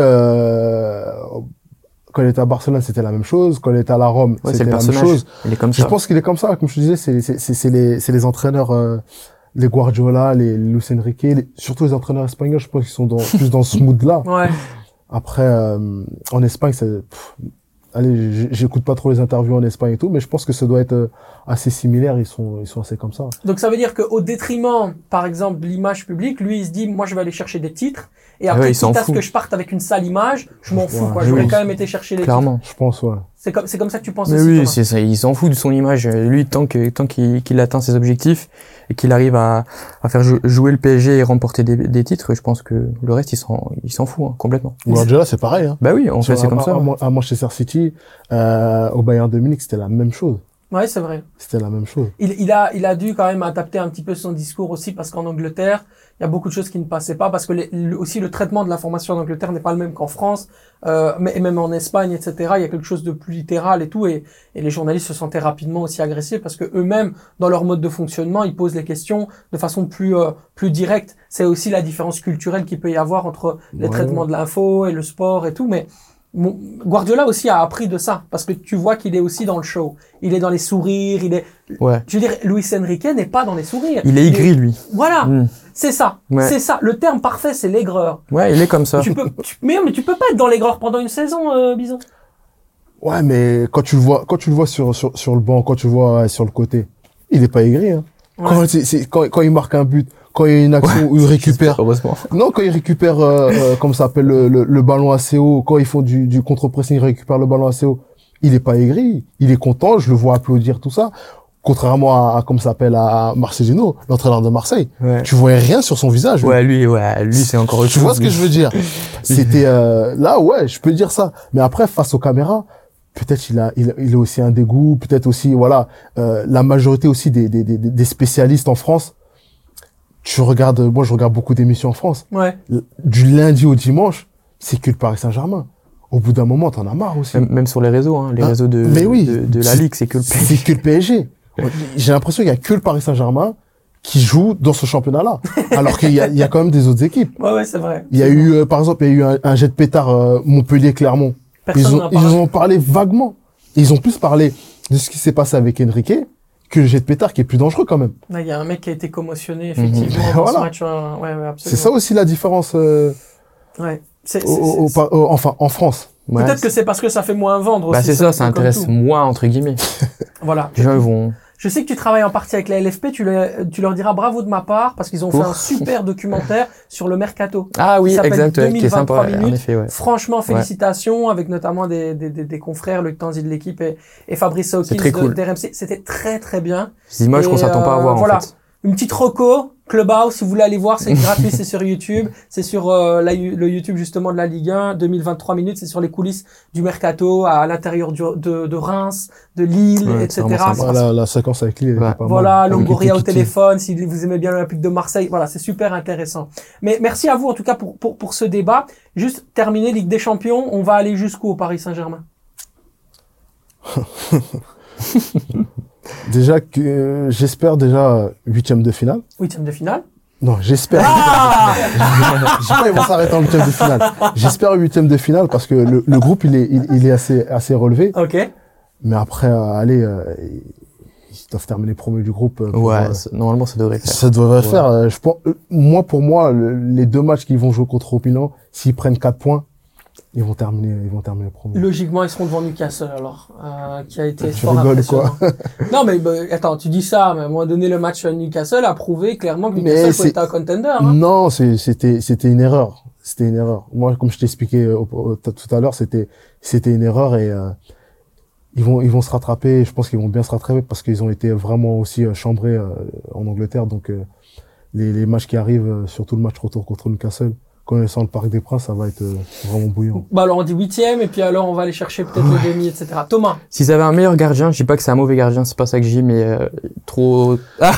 quand il était à Barcelone, c'était la même chose. Quand il était à la Rome, c'était la même chose. Il est comme ça. Je pense qu'il est comme ça. Comme je te disais, c'est les entraîneurs, les Guardiola, les Luis Enrique, surtout les entraîneurs espagnols, je pense qu'ils sont plus dans ce mood-là. Ouais. Après, en Espagne, allez, j'écoute pas trop les interviews en Espagne et tout, mais je pense que ça doit être assez similaire. Ils sont assez comme ça. Donc ça veut dire qu'au détriment, par exemple, de l'image publique, lui, il se dit, moi, je vais aller chercher des titres. Et après, quitte à ce que je parte avec une sale image, je m'en fous, quoi. J'aurais quand même été chercher les Clairement. titres. Je pense, ouais. C'est comme ça que tu penses mais aussi. Oui, c'est ça. Il s'en fout de son image. Lui, tant qu'il atteint ses objectifs et qu'il arrive à faire jouer le PSG et remporter des titres, je pense que le reste, il s'en fout, hein, complètement. Guardiola, c'est pareil, hein. Bah oui, en fait, c'est comme ça. À Manchester City, au Bayern de Munich, c'était la même chose. Ouais, c'est vrai. C'était la même chose. Il a dû quand même adapter un petit peu son discours aussi parce qu'en Angleterre, il y a beaucoup de choses qui ne passaient pas parce que aussi le traitement de l'information en Angleterre n'est pas le même qu'en France, mais même en Espagne, etc. Il y a quelque chose de plus littéral et tout, et les journalistes se sentaient rapidement aussi agressés parce que eux-mêmes, dans leur mode de fonctionnement, ils posent les questions de façon plus directe. C'est aussi la différence culturelle qu'il peut y avoir entre les traitements de l'info et le sport et tout, mais Guardiola aussi a appris de ça parce que tu vois qu'il est aussi dans le show. Il est dans les sourires, Ouais. Je veux dire, Luis Enrique n'est pas dans les sourires. Il est aigri, lui. Voilà. C'est ça. Ouais. C'est ça. Le terme parfait, c'est l'aigreur. Ouais, il est comme ça. Mais tu peux pas être dans l'aigreur pendant une saison, Bison. Ouais, mais quand tu le vois sur le banc, quand tu le vois sur le côté, il est pas aigri, hein. Ouais. Quand il marque un but, quand il y a une action où il récupère. Heureusement. Non, quand il récupère, comme ça s'appelle, le ballon assez haut, quand ils font du contre-pressing, il récupère le ballon assez haut. Il est pas aigri. Il est content, je le vois applaudir tout ça. Contrairement à comme ça s'appelle, à Marcelino, l'entraîneur de Marseille. Ouais. Tu voyais rien sur son visage. Ouais, lui, c'est encore autre chose. Tu vois ce que je veux dire? C'était, là, ouais, je peux dire ça. Mais après, face aux caméras, peut-être il a aussi un dégoût, peut-être aussi, voilà, la majorité aussi des spécialistes en France. Moi, je regarde beaucoup d'émissions en France. Ouais. Du lundi au dimanche, c'est que le Paris Saint-Germain. Au bout d'un moment, t'en as marre aussi. Même sur les réseaux, hein, les réseaux de la Ligue, c'est que le PSG. C'est que le PSG. J'ai l'impression qu'il y a que le Paris Saint-Germain qui joue dans ce championnat-là. Alors qu'il y a quand même des autres équipes. Ouais, c'est vrai. Il y a eu, par exemple, un jet de pétard, Montpellier-Clermont. Ils en ont parlé vaguement. Ils ont plus parlé de ce qui s'est passé avec Enrique que le jet de pétard qui est plus dangereux quand même. Là, il y a un mec qui a été commotionné, effectivement, dans ce match. Ouais, absolument. C'est ça aussi la différence, ouais. Enfin, en France. Ouais, peut-être que c'est parce que ça fait moins vendre aussi. Bah, c'est ça intéresse moins, entre guillemets. Voilà. Les gens, ils vont... Je sais que tu travailles en partie avec la LFP, tu leur diras bravo de ma part, parce qu'ils ont fait un super documentaire sur le mercato. Ah oui, exact, qui est sympa, minutes. En effet, ouais. Franchement, félicitations, avec notamment des confrères, Luc Tanzi de l'équipe et Fabrice Hawkins cool. d'RMC. C'était très très bien. Des images qu'on s'attend pas à voir, voilà. en fait. Une petite reco, Clubhouse, si vous voulez aller voir, c'est gratuit, c'est sur YouTube. C'est sur le YouTube justement de la Ligue 1, 2023 minutes, c'est sur les coulisses du Mercato, à l'intérieur de Reims, de Lille, etc. La séquence avec Lille, elle était pas voilà, mal. Longoria au téléphone, si vous aimez bien l'Olympique de Marseille, voilà, c'est super intéressant. Mais merci à vous en tout cas pour ce débat. Juste terminer Ligue des Champions, on va aller jusqu'où au Paris Saint-Germain? Déjà que j'espère déjà 8e de finale. 8e de finale. Non, j'espère. Je sais pas, ils vont s'arrêter en 8e de finale. J'espère 8e de finale parce que le groupe il est assez relevé. Ok. Mais après allez, ils doivent terminer premier du groupe. Normalement ça devrait faire. Ça devrait faire. Je pense, pour moi, les 2 matchs qu'ils vont jouer contre Opinion, s'ils prennent 4 points, ils vont terminer premier. Logiquement, ils seront devant Newcastle, alors, qui a été Tu fort rigoles, impressionnant. quoi. Non, mais attends, tu dis ça, mais à un moment donné, le match à Newcastle a prouvé clairement que Newcastle pouvait être un contender. Hein. Non, c'était une erreur. C'était une erreur. Moi, comme je t'ai expliqué tout à l'heure, c'était une erreur et ils vont se rattraper. Je pense qu'ils vont bien se rattraper parce qu'ils ont été vraiment aussi chambrés en Angleterre. Donc les matchs qui arrivent, surtout le match retour contre Newcastle, connaissant le Parc des Princes, ça va être vraiment bouillant. Bah alors on dit 8e et puis alors on va aller chercher peut-être le demi, etc. Thomas. S'ils avaient un meilleur gardien, je dis pas que c'est un mauvais gardien, c'est pas ça que je dis, mais trop.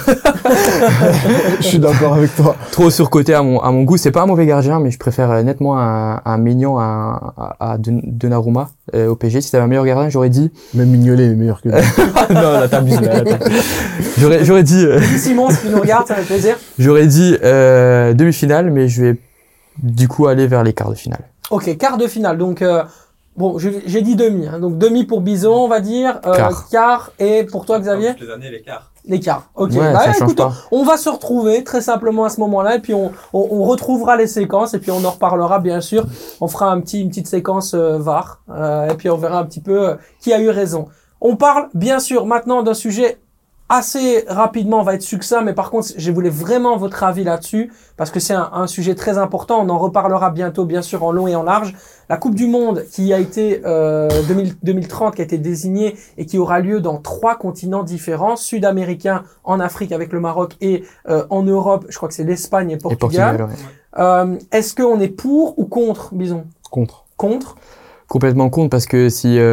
Je suis d'accord avec toi. Trop surcoté à mon goût. C'est pas un mauvais gardien, mais je préfère nettement un Maignan à Donnarumma au PSG. Si t'avais un meilleur gardien, j'aurais dit. Même Mignolet est meilleur que lui. Non, là t'abuses. J'aurais dit. Simon, si tu nous regardes, ça fait plaisir. J'aurais dit demi-finale, mais je vais du coup aller vers les quarts de finale. Ok, quart de finale. Donc bon, j'ai dit demi. Hein, donc demi pour Bison, on va dire. Quart. Et pour toi, Xavier? Toutes les années, les quarts. Les quarts. Ok. Ouais, bah, ça change écoute, pas. on va se retrouver très simplement à ce moment-là et puis on retrouvera les séquences et puis on en reparlera bien sûr. On fera une petite séquence VAR et puis on verra un petit peu qui a eu raison. On parle bien sûr maintenant d'un sujet assez rapidement, on va être succinct, mais par contre, je voulais vraiment votre avis là-dessus, parce que c'est un sujet très important, on en reparlera bientôt, bien sûr, en long et en large. La Coupe du Monde qui a été 2030, qui a été désignée et qui aura lieu dans 3 continents différents, sud-américain, en Afrique avec le Maroc et en Europe, je crois que c'est l'Espagne et Portugal. Est-ce qu'on est pour ou contre, Bison? Contre. Contre? Complètement contre, parce que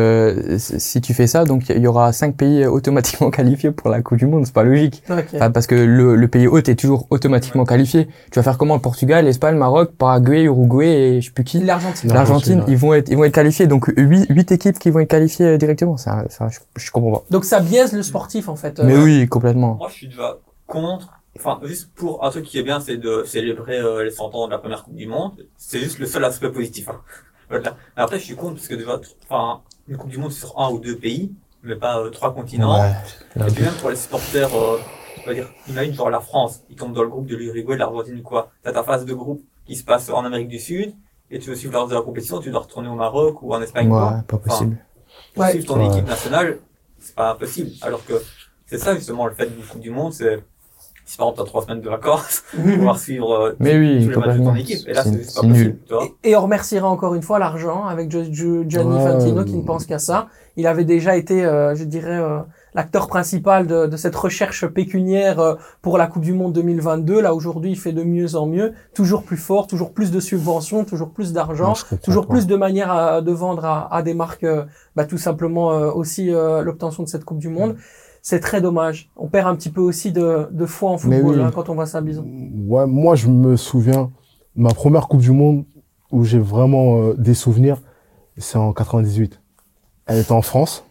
si tu fais ça, donc il y aura 5 pays automatiquement qualifiés pour la Coupe du Monde, c'est pas logique. Okay. Enfin, parce que le pays hôte est toujours automatiquement qualifié. Tu vas faire comment? Le Portugal, l'Espagne, le Maroc, Paraguay, Uruguay et je sais plus qui. L'Argentine, ils vont être qualifiés. Donc 8 équipes qui vont être qualifiées directement. Ça je comprends pas. Donc ça biaise le sportif en fait. Mais oui, complètement. Moi, je suis déjà contre. Enfin, juste pour un truc qui est bien, c'est de célébrer les 100 ans de la première Coupe du Monde. C'est juste le seul aspect positif. Hein. Voilà. Après, je suis contre parce que déjà, enfin, une Coupe du Monde c'est sur 1 ou 2 pays, mais pas 3 continents. Ouais, et puis même pour les supporters, on va dire, imagine genre la France, ils tombent dans le groupe de l'Uruguay, de l'Argentine ou quoi. T'as ta phase de groupe qui se passe en Amérique du Sud, et tu veux suivre le reste de la compétition, tu dois retourner au Maroc ou en Espagne. Ouais, quoi. pas possible. Pour suivre ton équipe nationale, c'est pas impossible. Alors que c'est ça justement le fait d'une Coupe du Monde, c'est si par exemple t'as 3 semaines de vacances, pouvoir suivre tous les matchs de ton équipe. Et là, c'est pas possible, tu vois. Et on remerciera encore une fois l'argent avec Gianni Infantino qui ne pense qu'à ça. Il avait déjà été, je dirais, l'acteur principal de cette recherche pécuniaire pour la Coupe du Monde 2022. Là, aujourd'hui, il fait de mieux en mieux. Toujours plus fort, toujours plus de subventions, toujours plus d'argent, toujours plus de manières de vendre à des marques, tout simplement aussi l'obtention de cette Coupe du Monde. C'est très dommage. On perd un petit peu aussi de foi en football quand on voit ça, Bison. Ouais, moi je me souviens, ma première Coupe du Monde où j'ai vraiment des souvenirs, c'est en 98. Elle était en France.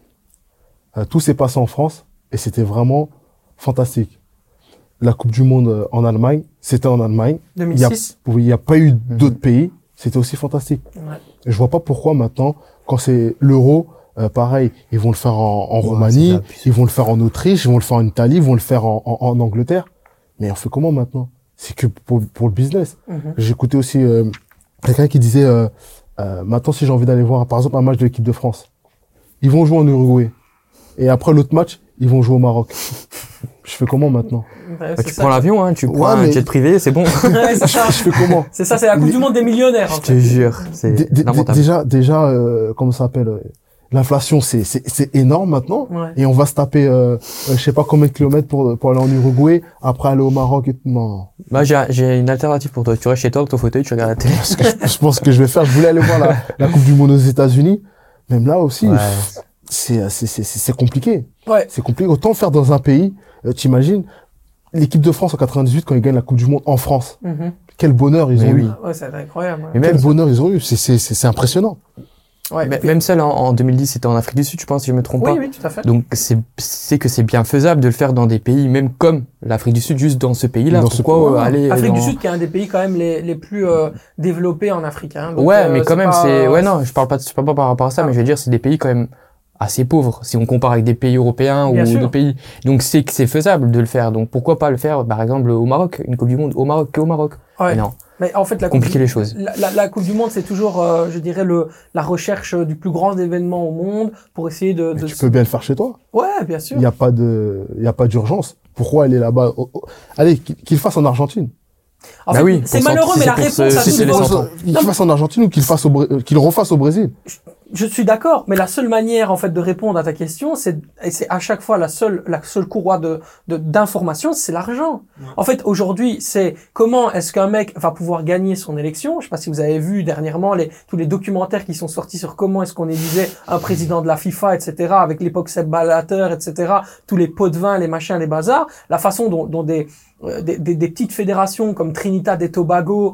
Tout s'est passé en France et c'était vraiment fantastique. La Coupe du Monde en Allemagne, c'était en Allemagne. 2006. Il n'y a pas eu d'autres pays. C'était aussi fantastique. Ouais. Je vois pas pourquoi maintenant, quand c'est l'Euro, pareil, ils vont le faire en Roumanie, ils vont le faire en Autriche, ils vont le faire en Italie, ils vont le faire en Angleterre. Mais on fait comment maintenant? C'est que pour le business. J'écoutais aussi quelqu'un qui disait maintenant si j'ai envie d'aller voir par exemple un match de l'équipe de France, ils vont jouer en Uruguay et après l'autre match ils vont jouer au Maroc. Je fais comment maintenant? Tu prends l'avion, hein, tu prends un jet privé, c'est bon. Ouais, c'est ça. Je fais comment? C'est ça, c'est la Coupe du Monde des millionnaires. Je te jure, c'est lamentable. Déjà, comment ça s'appelle? L'inflation, c'est énorme maintenant. Ouais. Et on va se taper, je sais pas combien de kilomètres pour aller en Uruguay, après aller au Maroc et tout. Non. Bah, j'ai une alternative pour toi. Tu restes chez toi, dans ton fauteuil, tu regardes la télé. Ce que je pense que je vais faire, je voulais aller voir la Coupe du Monde aux États-Unis. Même là aussi, Ouais. c'est compliqué. Ouais. C'est compliqué. Autant faire dans un pays, t'imagines, l'équipe de France en 98, quand ils gagnent la Coupe du Monde en France. Mhm. Quel bonheur ils Mais ont oui. eu. Ouais, c'est incroyable. Mais Quel même, bonheur ils ont eu. C'est impressionnant. Ouais. même celle en 2010, c'était en Afrique du Sud, je pense, si je me trompe Oui, pas. oui, tout à fait. Donc, c'est que c'est bien faisable de le faire dans des pays, même comme l'Afrique du Sud, juste dans ce pays-là. Dans ce Pourquoi pays-là. aller Afrique dans... du Sud, qui est un des pays quand même les plus développés en Afrique. Hein. Donc, ouais, mais quand même, pas, c'est... Ouais, non, je parle pas par rapport à ça, mais je veux dire, c'est des pays quand même assez pauvres, si on compare avec des pays européens Bien ou sûr. des pays... Donc, c'est que c'est faisable de le faire. Donc, pourquoi pas le faire, par exemple, au Maroc, une Coupe du Monde au Maroc, que au Maroc. Ouais. Mais non, Mais en fait, compliquer les choses. La Coupe du Monde, c'est toujours, je dirais, la recherche du plus grand événement au monde pour essayer Mais tu peux bien le faire chez toi. Ouais, bien sûr. Il y a pas d'urgence. Pourquoi aller là-bas? Allez, qu'il le fasse en Argentine. En Bah fait, oui, c'est pour malheureux, sentir- mais la c'est pour réponse se- à si tout c'est les pose. entend. Qu'il le fasse en Argentine ou qu'il le refasse au Brésil. Je suis d'accord, mais la seule manière en fait de répondre à ta question, c'est à chaque fois la seule courroie d'information, c'est l'argent. Ouais. En fait, aujourd'hui, c'est comment est-ce qu'un mec va pouvoir gagner son élection. Je sais pas si vous avez vu dernièrement tous les documentaires qui sont sortis sur comment est-ce qu'on élisait un président de la FIFA, etc. Avec l'époque Sepp Blatter, etc. Tous les pots de vin, les machins, les bazars. La façon dont des petites fédérations comme Trinidad et Tobago,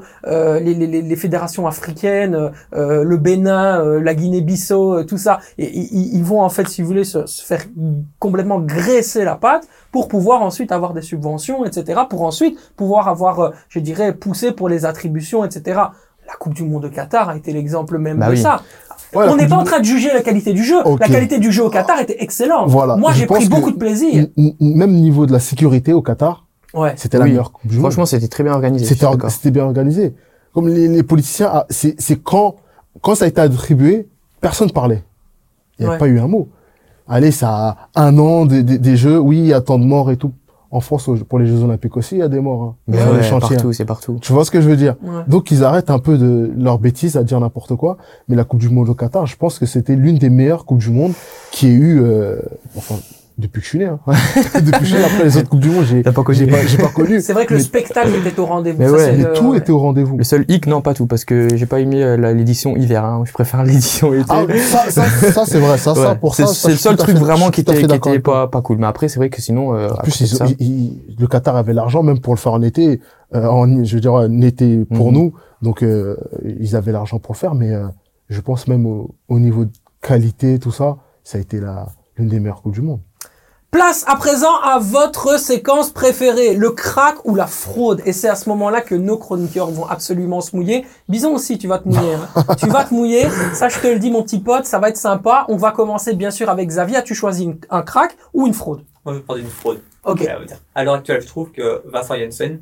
les fédérations africaines, le Bénin, la Guinée-Bissau, tout ça, et ils vont en fait, si vous voulez, se faire complètement graisser la patte pour pouvoir ensuite avoir des subventions, etc., pour ensuite pouvoir avoir, je dirais, poussé pour les attributions, etc. La Coupe du Monde au Qatar a été l'exemple même Bah de oui. ça. Ouais, la On n'est Coupe pas du en train de juger la qualité du jeu. Ok. La qualité du jeu au Qatar était excellente. Voilà. Moi, Je j'ai pris pense beaucoup que de plaisir. Même niveau de la sécurité au Qatar, Ouais. c'était la Oui. meilleure Coupe du Monde. Franchement, c'était très bien organisé. je suis d'accord. C'était bien organisé. Comme les politiciens, c'est quand ça a été attribué, personne parlait. Il n'y a Ouais. pas eu un mot. Allez, ça a 1 an des jeux, oui, il y a tant de morts et tout. En France, pour les Jeux Olympiques aussi, il y a des morts. Hein. Mais Sur les ouais, chantiers. partout, c'est partout. Tu vois ce que je veux dire? Ouais. Donc ils arrêtent un peu de leur bêtise à dire n'importe quoi. Mais la Coupe du Monde au Qatar, je pense que c'était l'une des meilleures Coupes du Monde qui ait eu, enfin, depuis que je suis né. Hein. Depuis que je suis né, après les autres Coupes du Monde, j'ai T'as pas connu. pas connu. C'est vrai que le Mais- spectacle était au rendez-vous. Mais Ça, ouais, c'est Mais le- tout était au rendez-vous. Le seul hic, non, pas tout, parce que j'ai pas aimé l'édition hiver, hein. Je préfère l'édition été. Ah, ça c'est vrai. Ça, Ouais. pour c'est ça, c'est le je suis seul tout à truc fait- vraiment je qui suis tout à fait était d'accord avec toi. pas cool. Mais après, c'est vrai que sinon, En à plus, côté de ça, le Qatar avait l'argent même pour le faire en été, je veux dire en été pour Mhm. nous. Donc ils avaient l'argent pour le faire, mais je pense même au niveau de qualité, tout ça, ça a été l'une des meilleures coupes du monde. Place à présent à votre séquence préférée, le crack ou la fraude. Et c'est à ce moment-là que nos chroniqueurs vont absolument se mouiller. Bison aussi, tu vas te mouiller. Hein. Tu vas te mouiller. Ça, je te le dis, mon petit pote, ça va être sympa. On va commencer, bien sûr, avec Xavier. As-tu choisi un crack ou une fraude? Moi, je vais prendre une fraude. Ok. À l'heure actuelle, je trouve que Vincent Janssen,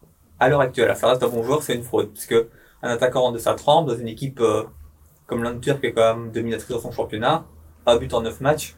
à l'heure actuelle, à faire reste un bon joueur, c'est une fraude. Parce que un attaquant de sa trempe, dans une équipe comme l'Antwerp, qui est quand même dominatrice dans son championnat, un but en 9 matchs,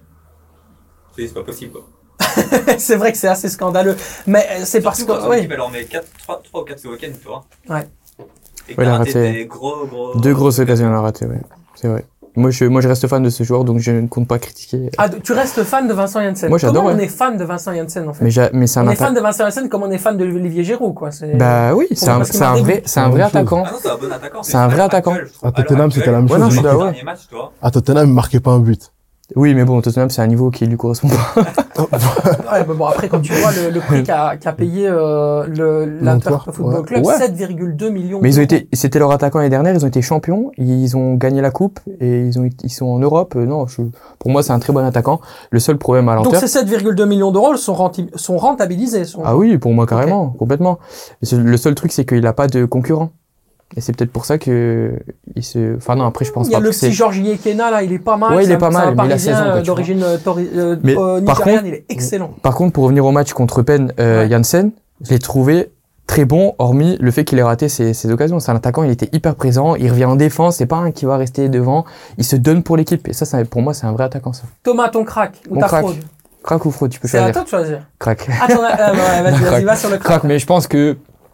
c'est pas possible. Quoi. C'est vrai que c'est assez scandaleux. Mais c'est parce Surtout quand que... son Oui. équipe, elle en met 3 ou 4 ce week-end, tu vois. Ouais. Et Ouais, il qu'il a a raté raté des gros... 2 grosses occasions à rater, ouais. C'est vrai. Moi, je reste fan de ce joueur, donc je ne compte pas critiquer. Ah, tu restes fan de Vincent Janssen. Moi, j'adore, Comment on ouais. est fan de Vincent Janssen, en fait? Mais c'est un On est fan attaquant. de Vincent Janssen comme on est fan de Olivier Giroud, quoi. Bah oui, c'est un parce que vrai, Marseille- c'est un vrai Même chose. attaquant. Ah non, c'est un bon attaquant. C'est un vrai attaquant. À Tottenham, c'était la même Ouais, chose. non, je suis mais d'accord. Dernier match, tu vois. à Tottenham, il marquait pas un but. Oui, mais bon, Tottenham, c'est un niveau qui lui correspond pas. Ouais, mais bon, après, quand tu vois le prix qu'a payé l'Antwerp L'Antwerp, Football Club, Ouais. 7,2 millions Mais ils ont d'euros. été, c'était leur attaquant l'année dernière, ils ont été champions, ils ont gagné la coupe et ils sont en Europe. Non, pour moi, c'est un très bon attaquant. Le seul problème à Donc l'Antwerp. ces 7,2 millions d'euros sont rentabilisés. Ah oui, pour moi, carrément, complètement. Le seul truc, c'est qu'il a pas de concurrent. Et c'est peut-être pour ça que enfin non, après, je pense Il y a pas le que c'est. petit Georges Yekena, là, il est pas mal. Ouais, il C'est est pas un- mal, c'est un mais il a 16 ans, Parisien quoi, tu d'origine Mais par nigériane, contre- il est excellent. Par contre, pour revenir au match contre Penn, Ouais. Janssen, je l'ai trouvé très bon, hormis le fait qu'il ait raté ses occasions. C'est un attaquant, il était hyper présent, il revient en défense, c'est pas un qui va rester devant, il se donne pour l'équipe. Et ça, pour moi, c'est un vrai attaquant, ça. Thomas, ton crack ou Mon ta crack. fraude? Crack ou fraude, tu peux C'est à choisir. toi de choisir. Crack. Attends, ouais, vas-y, Crack. va sur le crack. Crack, mais je pense que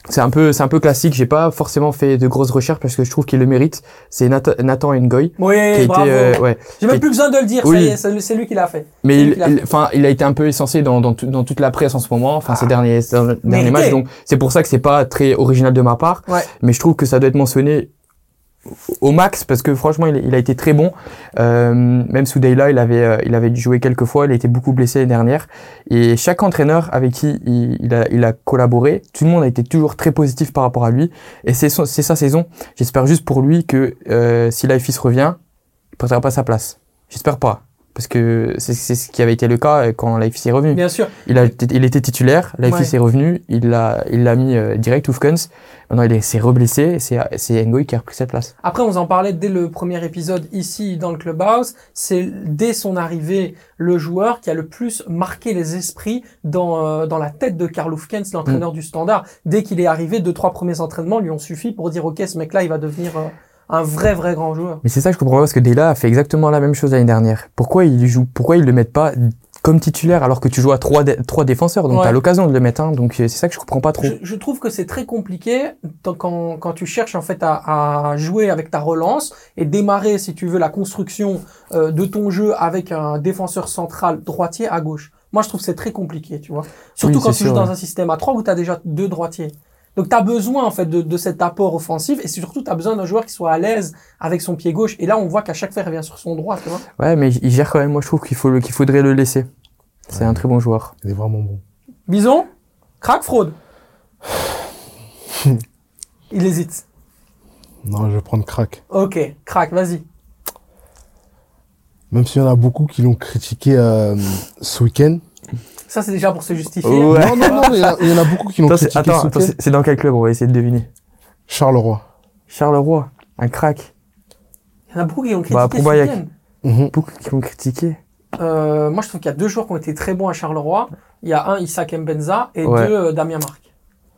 c'est un peu classique. J'ai pas forcément fait de grosses recherches parce que je trouve qu'il le mérite. C'est Nathan Ngoy. Oui, qui a bravo. été, ouais. J'ai même plus besoin de le dire, Oui. ça y est, c'est lui qui l'a fait. Mais il a été un peu essentiel dans toute la presse en ce moment, enfin ces derniers matchs. Donc c'est pour ça que c'est pas très original de ma part. Ouais. Mais je trouve que ça doit être mentionné au max parce que franchement il a été très bon. Même Soudeila, il avait dû jouer quelques fois, il a été beaucoup blessé l'année dernière. Et chaque entraîneur avec qui il a collaboré, tout le monde a été toujours très positif par rapport à lui. Et c'est sa saison. J'espère juste pour lui que si Leifis revient, il perdra pas sa place. J'espère pas. Parce que c'est ce qui avait été le cas quand Leifis est revenu. Bien sûr. Il était titulaire, Leifis est revenu, il l'a mis direct Oufkens. Maintenant il s'est reblessé, c'est Ngoy qui a repris cette place. Après, on en parlait dès le premier épisode ici dans le Clubhouse. C'est dès son arrivée le joueur qui a le plus marqué les esprits dans la tête de Karl Oufkens, l'entraîneur du Standard. Dès qu'il est arrivé, 2-3 premiers entraînements lui ont suffi pour dire ok, ce mec-là, il va devenir un vrai grand joueur. Mais c'est ça que je comprends pas parce que Dela a fait exactement la même chose l'année dernière. Pourquoi ils le mettent pas comme titulaire alors que tu joues à trois défenseurs, donc t'as l'occasion de le mettre, hein, donc c'est ça que je comprends pas trop. Je trouve que c'est très compliqué quand tu cherches en fait à jouer avec ta relance et démarrer, si tu veux, la construction de ton jeu avec un défenseur central droitier à gauche. Moi, je trouve que c'est très compliqué, tu vois. Surtout quand tu joues dans un système à 3 où tu as déjà 2 droitiers. Donc, tu as besoin, en fait, de cet apport offensif et surtout, tu as besoin d'un joueur qui soit à l'aise avec son pied gauche. Et là, on voit qu'à chaque fois, il revient sur son droit, tu vois. Ouais, mais il gère quand même. Moi, je trouve qu'il faudrait le laisser. C'est un très bon joueur. Il est vraiment bon. Bison, crack, fraude. Il hésite. Non, je vais prendre crack. Ok, crack, vas-y. Même s'il y en a beaucoup qui l'ont critiqué ce week-end. Ça, c'est déjà pour se justifier. Ouais. Non, il y en a beaucoup qui l'ont critiqué ce week-end. C'est dans quel club? On va essayer de deviner. Charleroi. Charleroi, un crack. Il y en a beaucoup qui l'ont critiqué ce week-end. Beaucoup qui l'ont critiqué. Moi, je trouve qu'il y a 2 joueurs qui ont été très bons à Charleroi. Il y a un, Isaac Mbenza, et 2, Damien Marc.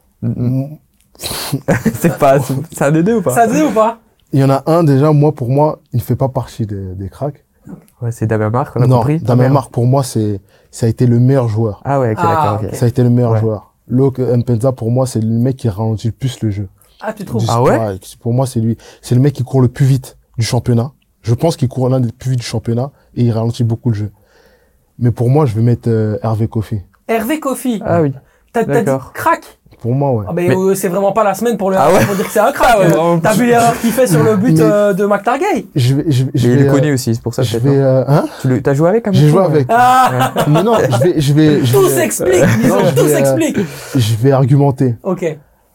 C'est un des deux ou pas? Ça te dit ou pas? Il y en a un, déjà, pour moi, il ne fait pas partie des cracks. Ouais, c'est Damien Marc, on a compris. Damien Marc, pour moi, ça a été le meilleur joueur. Ah ouais, ok, d'accord. Okay. Ça a été le meilleur joueur. Mbenza, pour moi, c'est le mec qui ralentit le plus le jeu. Ah, tu trouves? Ah ouais? Pour moi, c'est lui. C'est le mec qui court le plus vite du championnat. Je pense qu'il court l'un des plus vite du championnat et il ralentit beaucoup le jeu. Mais pour moi, je vais mettre Hervé Kofi. Hervé Kofi. Ah oui. T'as dit crack? Pour moi, ouais. Ah, mais c'est vraiment pas la semaine pour dire que c'est un crack. Ah ouais, T'as vu l'erreur qu'il fait sur le but de McTargay? Il le connaît aussi, c'est pour ça que t'as joué avec un J'ai joué avec. Ah! Mais non, Tout s'explique, disons, tout s'explique. Je vais argumenter. Ok.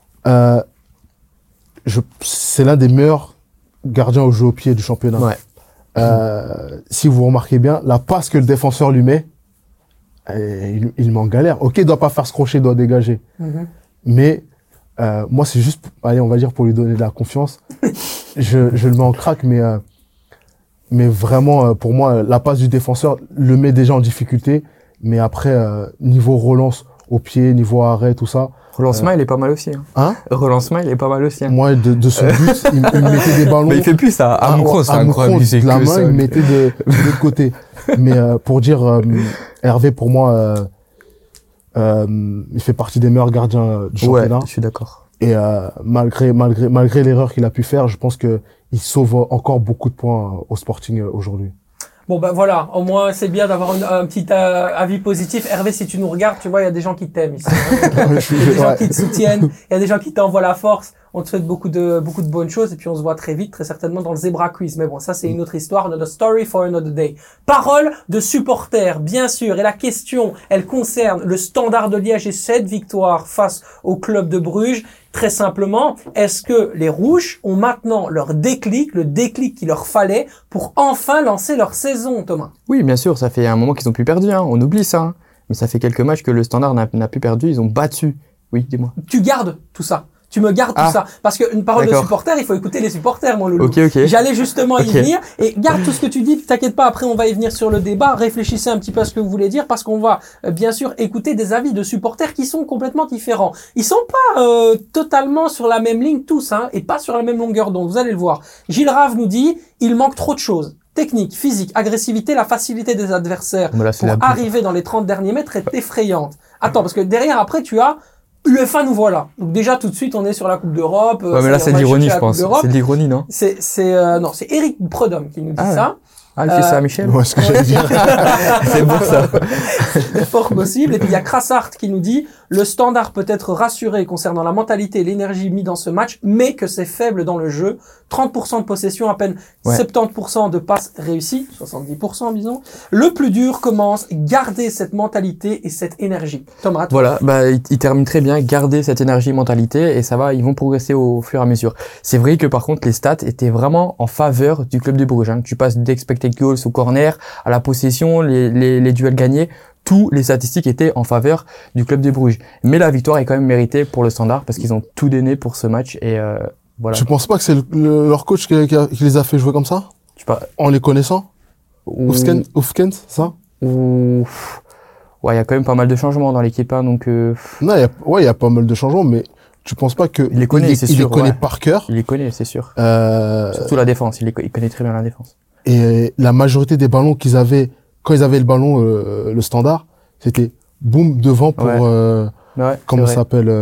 C'est l'un des meilleurs gardiens au jeu au pied du championnat. Ouais. Si vous remarquez bien, la passe que le défenseur lui met, il m'en galère. Ok, il doit pas faire se crocher, il doit dégager. Mais moi, c'est juste, allez, on va dire pour lui donner de la confiance. je le mets en crack, mais vraiment, pour moi, la passe du défenseur le met déjà en difficulté. Mais après, niveau relance au pied, niveau arrêt, tout ça. Relancement, il est pas mal aussi. Relancement, il est pas mal aussi. Moi, de ce but, il me mettait des ballons. Mais il fait plus ça. À Moucron, c'est incroyable. De la main, il me mettait de l'autre côté. Mais pour dire, Hervé, pour moi, il fait partie des meilleurs gardiens du championnat. Ouais, je suis d'accord. Et malgré l'erreur qu'il a pu faire, je pense que il sauve encore beaucoup de points au Sporting aujourd'hui. Bon ben voilà, au moins c'est bien d'avoir un petit avis positif. Hervé, si tu nous regardes, tu vois, il y a des gens qui t'aiment ici. Il y a des gens qui te soutiennent, il y a des gens qui t'envoient la force. On te souhaite beaucoup de bonnes choses et puis on se voit très vite, très certainement dans le Zebra Quiz. Mais bon, ça c'est une autre histoire, another story for another day. Parole de supporters, bien sûr. Et la question, elle concerne le Standard de Liège et cette victoire face au club de Bruges. Très simplement, est-ce que les Rouges ont maintenant leur déclic, le déclic qu'il leur fallait pour enfin lancer leur saison, Thomas? Oui, bien sûr, ça fait un moment qu'ils ont plus perdu, on oublie ça. Mais ça fait quelques matchs que le Standard n'a plus perdu, ils ont battu. Oui, dis-moi. Tu gardes tout ça. Tu me gardes tout ça. Parce qu'une parole de supporter, il faut écouter les supporters, mon loulou. Ok. J'allais justement y venir. Et garde tout ce que tu dis. T'inquiète pas, après on va y venir sur le débat. Réfléchissez un petit peu à ce que vous voulez dire parce qu'on va bien sûr écouter des avis de supporters qui sont complètement différents. Ils sont pas totalement sur la même ligne tous, et pas sur la même longueur d'onde. Vous allez le voir. Gilles Rave nous dit, il manque trop de choses. Technique, physique, agressivité, la facilité des adversaires pour arriver dans les 30 derniers mètres est effrayante. Attends, parce que derrière, après, tu as UEFA, nous voilà. Donc déjà, tout de suite, on est sur la Coupe d'Europe. Ouais, mais là, c'est de l'ironie, je pense. C'est de l'ironie, non? Non, c'est Eric Prudhomme qui nous dit ça. Ah, il fait ça à Michel? Ouais, ce que j'allais dire. C'est bon, ça. C'est fort possible. Et puis, il y a Krassart qui nous dit, le Standard peut être rassuré concernant la mentalité et l'énergie mis dans ce match, mais que c'est faible dans le jeu. 30% de possession, à peine 70% de passes réussies, 70%, disons. Le plus dur commence, garder cette mentalité et cette énergie. Thomas. Voilà, il termine très bien, garder cette énergie, mentalité, et ça va, ils vont progresser au fur et à mesure. C'est vrai que par contre, les stats étaient vraiment en faveur du club de Bruges. Hein. Tu passes d'expected goals au corner, à la possession, les duels gagnés, tous les statistiques étaient en faveur du club de Bruges. Mais la victoire est quand même méritée pour le Standard parce qu'ils ont tout donné pour ce match et voilà. Tu penses pas que c'est leur coach qui les a fait jouer comme ça? En les connaissant? Oufkens, ça? Ouais, il y a quand même pas mal de changements dans l'équipe, hein, donc. Non, il y a pas mal de changements, mais tu penses pas que il les connaît, c'est sûr. Il les connaît par cœur. Il les connaît, c'est sûr. Surtout la défense, il connaît très bien la défense. Et la majorité des ballons qu'ils avaient, quand ils avaient le ballon, le Standard, c'était boum devant pour comment ça s'appelle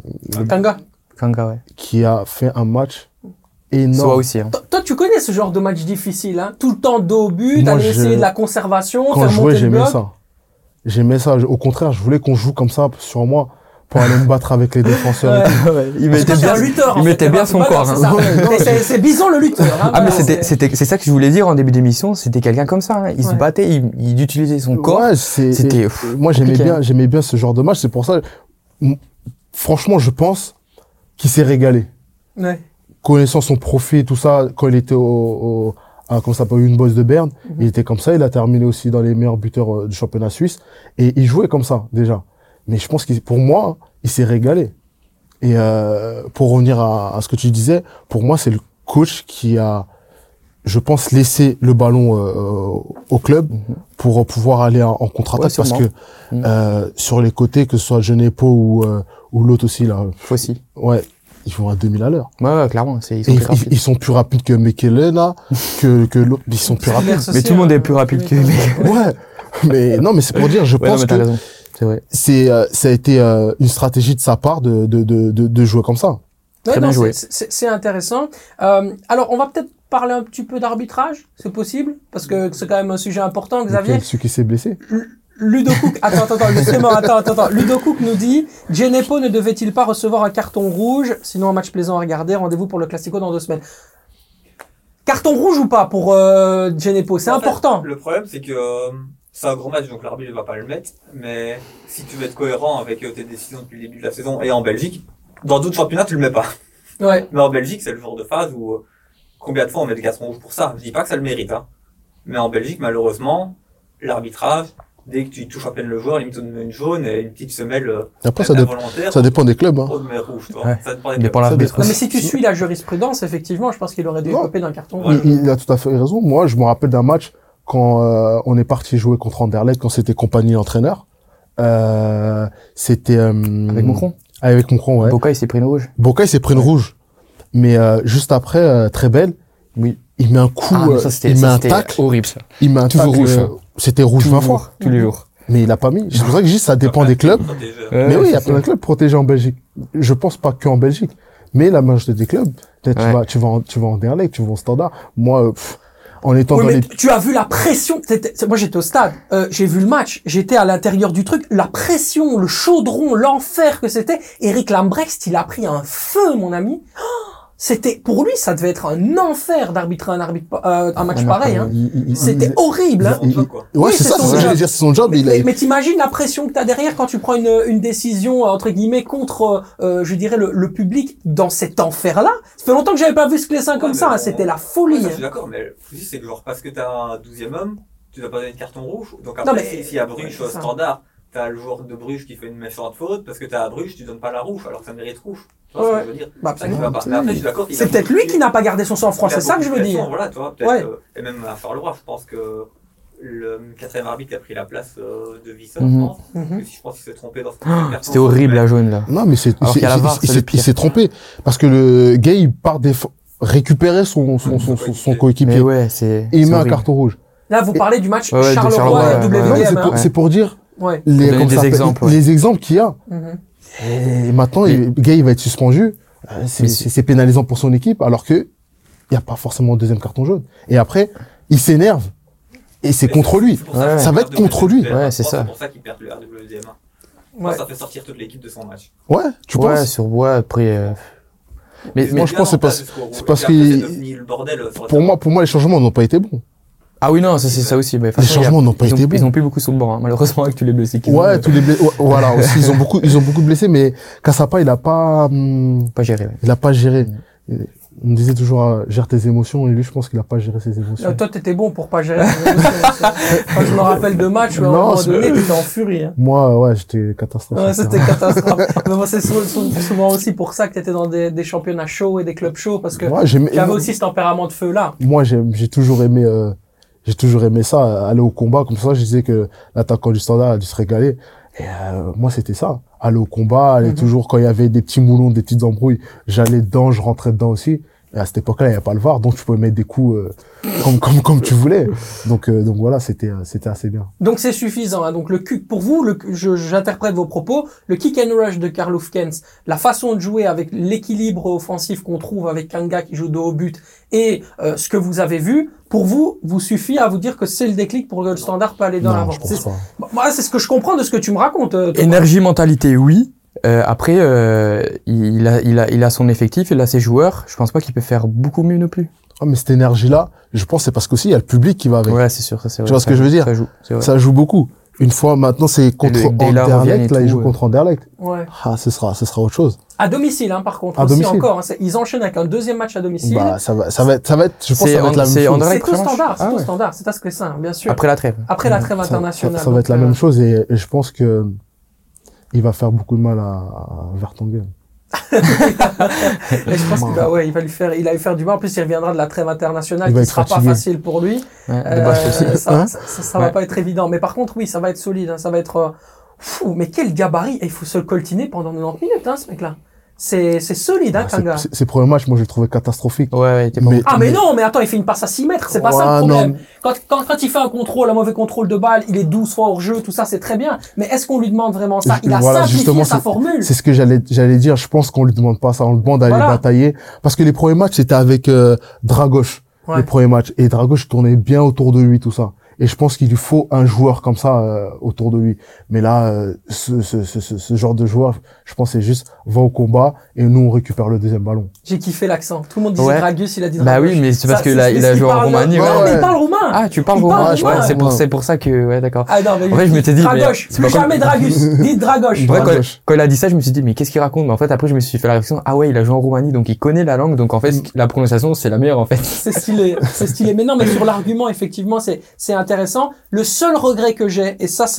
Kanga, ouais. Qui a fait un match énorme. Soit aussi. Hein. Toi, tu connais ce genre de match difficile, hein? Tout le temps dos au but, aller essayer de la conservation, quand faire je monter jouais, le bloc. J'aimais ça. Au contraire, je voulais qu'on joue comme ça sur moi pour aller me battre avec les défenseurs. Il mettait bien son corps. Hein. C'est Bison le lutteur. Hein, mais c'est ça que je voulais dire en début d'émission. C'était quelqu'un comme ça. Hein. Il se battait, il utilisait son corps. Ouais, c'était. Moi, j'aimais bien ce genre de match. C'est pour ça. Franchement, je pense qu'il s'est régalé. Ouais. Connaissant son profil, tout ça, quand il était comment ça s'appelle, une bosse de Berne, il était comme ça. Il a terminé aussi dans les meilleurs buteurs du championnat suisse. Et il jouait comme ça, déjà. Mais je pense pour moi, il s'est régalé. Et pour revenir à ce que tu disais, pour moi, c'est le coach qui a, je pense, laissé le ballon au club pour pouvoir aller en contre-attaque. Parce que sur les côtés, que ce soit Genepo ou l'autre aussi, là. Fossi. Ouais. Ils vont à 2000 à l'heure. Ouais, clairement. Ils sont plus rapides que Mekele, là, que l'autre. Ils sont plus rapides. Mais tout le monde est plus rapide que Mekele. Ouais. Mais non, mais c'est pour dire, je pense que raison. C'est vrai. Ça a été une stratégie de sa part de jouer comme ça. Ouais, non, c'est intéressant. Alors, on va peut-être parler un petit peu d'arbitrage, c'est possible, parce que c'est quand même un sujet important, Xavier. Celui qui s'est blessé. Ludo Cook, attends. Ludo Cook nous dit, Genepo ne devait-il pas recevoir un carton rouge, sinon un match plaisant à regarder, rendez-vous pour le Classico dans 2 semaines. Carton rouge ou pas pour Genepo, c'est important. Le problème, c'est que c'est un gros match, donc l'arbitre ne va pas le mettre, mais si tu veux être cohérent avec tes décisions depuis le début de la saison et en Belgique, dans d'autres championnats, tu le mets pas. Ouais. Mais en Belgique, c'est le genre de phase où combien de fois on met des cartons rouges pour ça? Je dis pas que ça le mérite, hein. Mais en Belgique, malheureusement, l'arbitrage, dès que tu touches à peine le joueur, limite on met une jaune et une petite semelle après, ça dépend des clubs. Hein. Rouge, toi. Ouais. Ça dépend des clubs. Non, mais si tu suis la jurisprudence, effectivement, je pense qu'il aurait dû écoper d'un carton rouge. Il a tout à fait raison. Moi, je me rappelle d'un match quand on est parti jouer contre Anderlecht, quand c'était compagnie entraîneur. C'était avec Moucron. Avec Moucron, ouais. Boca, il s'est pris une rouge. Boca, il s'est pris une rouge. Mais juste après, très belle. Oui. Il met un coup, il met un tacle. Horrible, ça. Il met un tacle. Rouge. C'était rouge 20 fois. Tous les jours. Mais il a pas mis. C'est pour ça que je dis, ça dépend des clubs. Mais oui, il y a plein de clubs protégés en Belgique. Je pense pas qu'en Belgique. Mais la majorité des clubs, peut-être tu vas en Anderlecht, tu vas en Standard. Moi, en étant dans les... Tu as vu la pression. Moi, j'étais au stade. J'ai vu le match. J'étais à l'intérieur du truc. La pression, le chaudron, l'enfer que c'était. Eric Lambrecht, il a pris un feu, mon ami. C'était, pour lui, ça devait être un enfer d'arbitrer un match pareil, hein. C'était horrible, hein. Ouais, c'est ça, c'est son job. Mais t'imagines la pression que t'as derrière quand tu prends une décision, entre guillemets, contre, je dirais, le public dans cet enfer-là. Ça fait longtemps que j'avais pas vu ce Clessin comme ça, hein. C'était la folie. Je suis d'accord, mais le souci, c'est que genre, parce que t'as un 12e homme, tu dois pas donner de carton rouge. Donc après, s'il y a Bruges au Standard, t'as le joueur de Bruges qui fait une méchante faute, parce que t'as à Bruges, tu donnes pas la rouge, alors que ça mérite rouge. Tu vois ce que je veux dire? Ça qui va pas. Mais après, je suis d'accord. C'est peut-être lui qui n'a pas gardé son sang-froid, c'est ça que je veux dire. Voilà, tu vois, peut-être, et même à Charleroi, je pense que le 4e arbitre a pris la place de Visson, je pense. Parce que je pense qu'il s'est trompé dans ce carton. C'était horrible, la jaune, là. Non, mais il s'est trompé. Parce que le gars, il part récupérer son coéquipier. Ouais, et il met un carton rouge. Là, vous parlez du match Charleroi WDM. C'est pour dire des exemples. Les exemples qu'il y a. Et maintenant, Gay, il va être suspendu. C'est pénalisant pour son équipe, alors que il y a pas forcément de deuxième carton jaune. Et après, il s'énerve. Et c'est contre lui. Ça va être contre lui. Ouais, c'est ça. C'est pour ça qu'il perd le RWDMA. Ouais. Ça fait sortir toute l'équipe de son match. Ouais, tu Ouais, penses? sur bois, après. Mais moi, je pense que c'est parce que pour moi, les changements n'ont pas été bons. Ah oui, non, ça c'est ça aussi. Mais Les changements n'ont pas été bons. Ils ont plus beaucoup sur le banc, hein, malheureusement, avec tous les blessés qu'ils ont. Ouais, tous les blessés. Voilà, aussi, ils ont beaucoup de blessés, mais Kassapa, il a pas géré. Ouais. Il a pas géré. On me disait toujours, gère tes émotions, et lui, je pense qu'il a pas géré ses émotions. Toi, t'étais bon pour pas gérer tes émotions. Quand je me rappelle de matchs où à un moment donné, t'étais en furie. Hein. Moi, ouais, j'étais catastrophique. Ouais, c'était catastrophe. Mais moi, c'est souvent aussi pour ça que t'étais dans des championnats chauds et des clubs chauds, parce que tu avais aussi ce tempérament de feu-là. Moi, j'ai toujours aimé ça, aller au combat. Comme ça, je disais que l'attaquant du Standard a dû se régaler. Et moi, c'était ça. Aller au combat, aller toujours, quand il y avait des petits moulons, des petites embrouilles, j'allais dedans, je rentrais dedans aussi. Et à cette époque-là, il n'y avait pas le VAR, donc tu pouvais mettre des coups comme tu voulais. Donc voilà, c'était assez bien. Donc c'est suffisant. Hein. Donc pour vous, j'interprète vos propos. Le kick and rush de Karl Hufkens, la façon de jouer avec l'équilibre offensif qu'on trouve avec un gars qui joue dos au but et ce que vous avez vu, pour vous suffit à vous dire que c'est le déclic pour que le Standard peut aller dans l'avant. Moi, c'est ce que je comprends de ce que tu me racontes. Thomas. Énergie, mentalité, oui. Après, il a son effectif, il a ses joueurs. Je pense pas qu'il peut faire beaucoup mieux non plus. Ah, mais cette énergie-là, je pense, c'est parce qu'aussi il y a le public qui va avec. Ouais, c'est sûr, ça c'est vrai. Tu vois ce que je veux dire? Ça joue beaucoup. Une fois, maintenant, c'est contre Anderlecht, là, ils jouent contre Anderlecht. Ouais. Ah, ce sera autre chose. À domicile, hein, par contre. À aussi domicile. encore, hein, ils enchaînent avec un deuxième match à domicile. Bah, ça va être, je pense que ça va être la même chose. C'est au Standard, c'est au Standard, c'est à ce que c'est, bien sûr. Après la trêve. Après la trêve internationale. Ça va être la même chose et je pense que il va faire beaucoup de mal à Vertonghen. Et je pense qu'il va lui faire du mal. En plus, il reviendra de la trêve internationale qui sera pas facile pour lui. Ça va pas être évident. Mais par contre, oui, ça va être solide, hein, ça va être fou. Mais quel gabarit! Et il faut se le coltiner pendant 90 minutes, hein, ce mec-là. C'est solide, hein, Kanga. Ses premiers matchs, moi, je le trouvais catastrophique. Ouais, mais non, mais attends, il fait une passe à 6 mètres, c'est pas ça le problème. Quand il fait un mauvais contrôle de balle, il est 12 fois hors jeu, tout ça, c'est très bien. Mais est-ce qu'on lui demande vraiment ça? Il a simplifié sa formule. C'est ce que j'allais dire. Je pense qu'on lui demande pas ça. On lui demande d'aller batailler. Parce que les premiers matchs, c'était avec, Dragoš. Ouais. Les premiers matchs. Et Dragoš tournait bien autour de lui, tout ça. Et je pense qu'il lui faut un joueur comme ça autour de lui. Mais là, ce genre de joueur, je pense c'est juste va au combat et nous on récupère le deuxième ballon. J'ai kiffé l'accent. Tout le monde disait Dragus, il a dit Dragus. Bah oui, mais c'est parce qu'il a joué en Roumanie. Non, mais il parle roumain. Ah, tu parles roumain. C'est pour ça que ouais, d'accord. Ah non, mais en fait, je m'étais dit Dragoš, plus jamais Dragus. Dites Dragoš. Quand il a dit ça, je me suis dit mais qu'est-ce qu'il raconte? Mais en fait, après je me suis fait la réflexion. Ah ouais, il a joué en Roumanie, donc il connaît la langue. Donc en fait, la prononciation c'est la meilleure en fait. C'est stylé. Mais non, mais sur l'argument, effectivement, c'est intéressant. Le seul regret que j'ai, et ça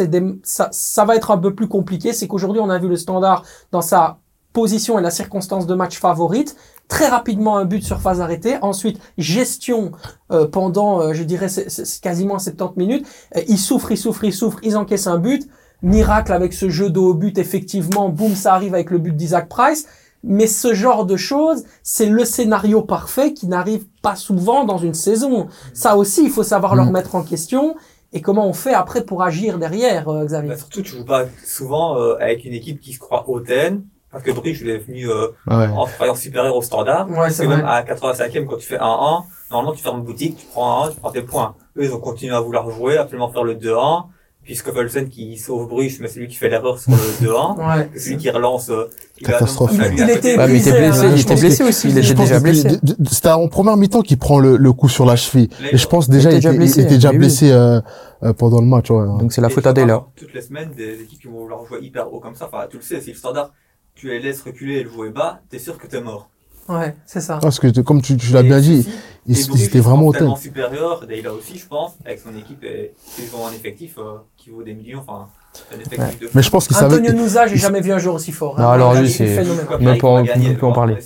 va être un peu plus compliqué, c'est qu'aujourd'hui on a vu le Standard dans sa position et la circonstance de match favorite. Très rapidement un but sur phase arrêtée. Ensuite gestion pendant, je dirais, c'est quasiment 70 minutes. Ils souffrent, ils encaissent un but. Miracle avec ce jeu de haut but, effectivement, boum, ça arrive avec le but d'Isaac Price. Mais ce genre de choses, c'est le scénario parfait qui n'arrive pas souvent dans une saison. Ça aussi, il faut savoir le remettre en question. Et comment on fait après pour agir derrière, Xavier? Bah surtout, tu joues pas souvent avec une équipe qui se croit hautaine. Parce que Bruges, il est venu en croyant supérieur au Standard. Ouais, parce que même à 85e, quand tu fais 1-1, normalement tu fermes boutique, tu prends 1-1, tu prends tes points. Eux, ils ont continué à vouloir jouer, absolument faire le 2-1. Puis Skoffelsen qui sauve Bruges, mais c'est lui qui fait l'erreur sur le 2-1. Ouais. C'est lui qui relance. Catastrophe. Il était blessé aussi. Il était déjà blessé. C'était en première mi-temps qu'il prend le coup sur la cheville. Et je pense déjà il était déjà blessé pendant le match. Ouais. Donc c'est la faute à Dela. Toutes les semaines, des équipes qui vont vouloir jouer hyper haut comme ça. Enfin, tu le sais, si le Standard, tu les laisses reculer et le jouer bas, t'es sûr que t'es mort. Ouais, c'est ça. Parce que comme tu l'as bien dit, ils étaient vraiment hautains. Tellement supérieur, Dela aussi, je pense, avec son équipe, et ils ont un effectif qui vaut des millions. Enfin, un effectif de. Mais je pense qu'ils savaient. Antonio Nusa, j'ai jamais vu un joueur aussi fort. Non, alors lui, c'est même pas on peut en parler.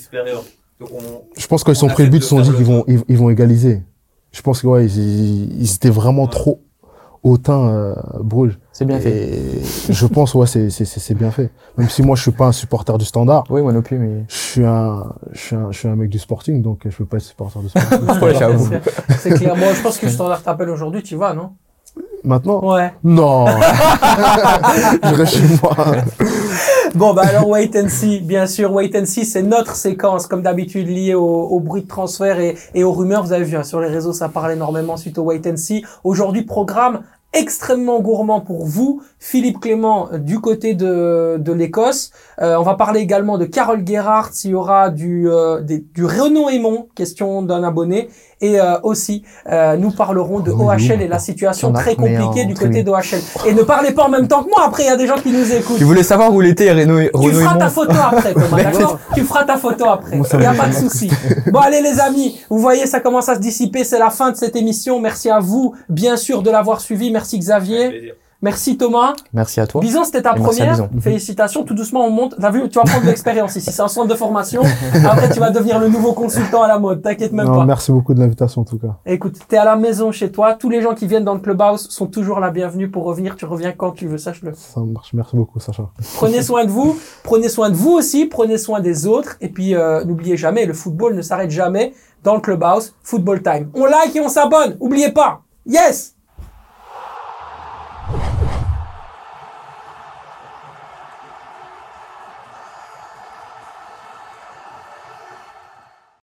Je pense quand ils ont pris le but, ils se sont dit qu'ils vont égaliser. Je pense que ils étaient vraiment trop hautains, Bruges. C'est bien fait. Et je pense c'est bien fait. Même si moi je suis pas un supporter du Standard. Oui, moi non plus, mais je suis un mec du Sporting, donc je peux pas être supporter du Sporting. C'est clair. Moi, je pense que le Standard t'appelle aujourd'hui, tu vas, non? Maintenant? Ouais. Non. Je reste chez moi. Bon, bah alors Wait and See, bien sûr, Wait and See, c'est notre séquence, comme d'habitude, liée au bruit de transfert et aux rumeurs. Vous avez vu, hein, sur les réseaux, ça parle énormément suite au Wait and See. Aujourd'hui, programme extrêmement gourmand pour vous, Philippe Clément du côté de l'Écosse. On va parler également de Carole Gerhardt, il y aura du Renaud Aymon, question d'un abonné, et aussi nous parlerons de OHL et la situation très compliquée du côté d'OHL. Et ne parlez pas en même temps que moi, après il y a des gens qui nous écoutent. Tu voulais savoir où il était Renaud Tu feras ta photo après, Thomas, d'accord? Tu feras ta photo après, il n'y a pas de souci. Bon allez les amis, vous voyez ça commence à se dissiper, c'est la fin de cette émission. Merci à vous, bien sûr, de l'avoir suivi. Merci Xavier. Merci Thomas. Merci à toi. Bison, c'était ta première. Félicitations. Tout doucement, on monte. T'as vu, tu vas prendre de l'expérience ici. C'est un centre de formation. Après, tu vas devenir le nouveau consultant à la mode. T'inquiète même pas. Merci beaucoup de l'invitation, en tout cas. Écoute, t'es à la maison chez toi. Tous les gens qui viennent dans le clubhouse sont toujours la bienvenue pour revenir. Tu reviens quand tu veux, sache-le. Ça marche. Merci beaucoup, Sacha. Prenez soin de vous. Prenez soin de vous aussi. Prenez soin des autres. Et puis, n'oubliez jamais, le football ne s'arrête jamais dans le clubhouse. Football time. On like et on s'abonne. Oubliez pas. Yes!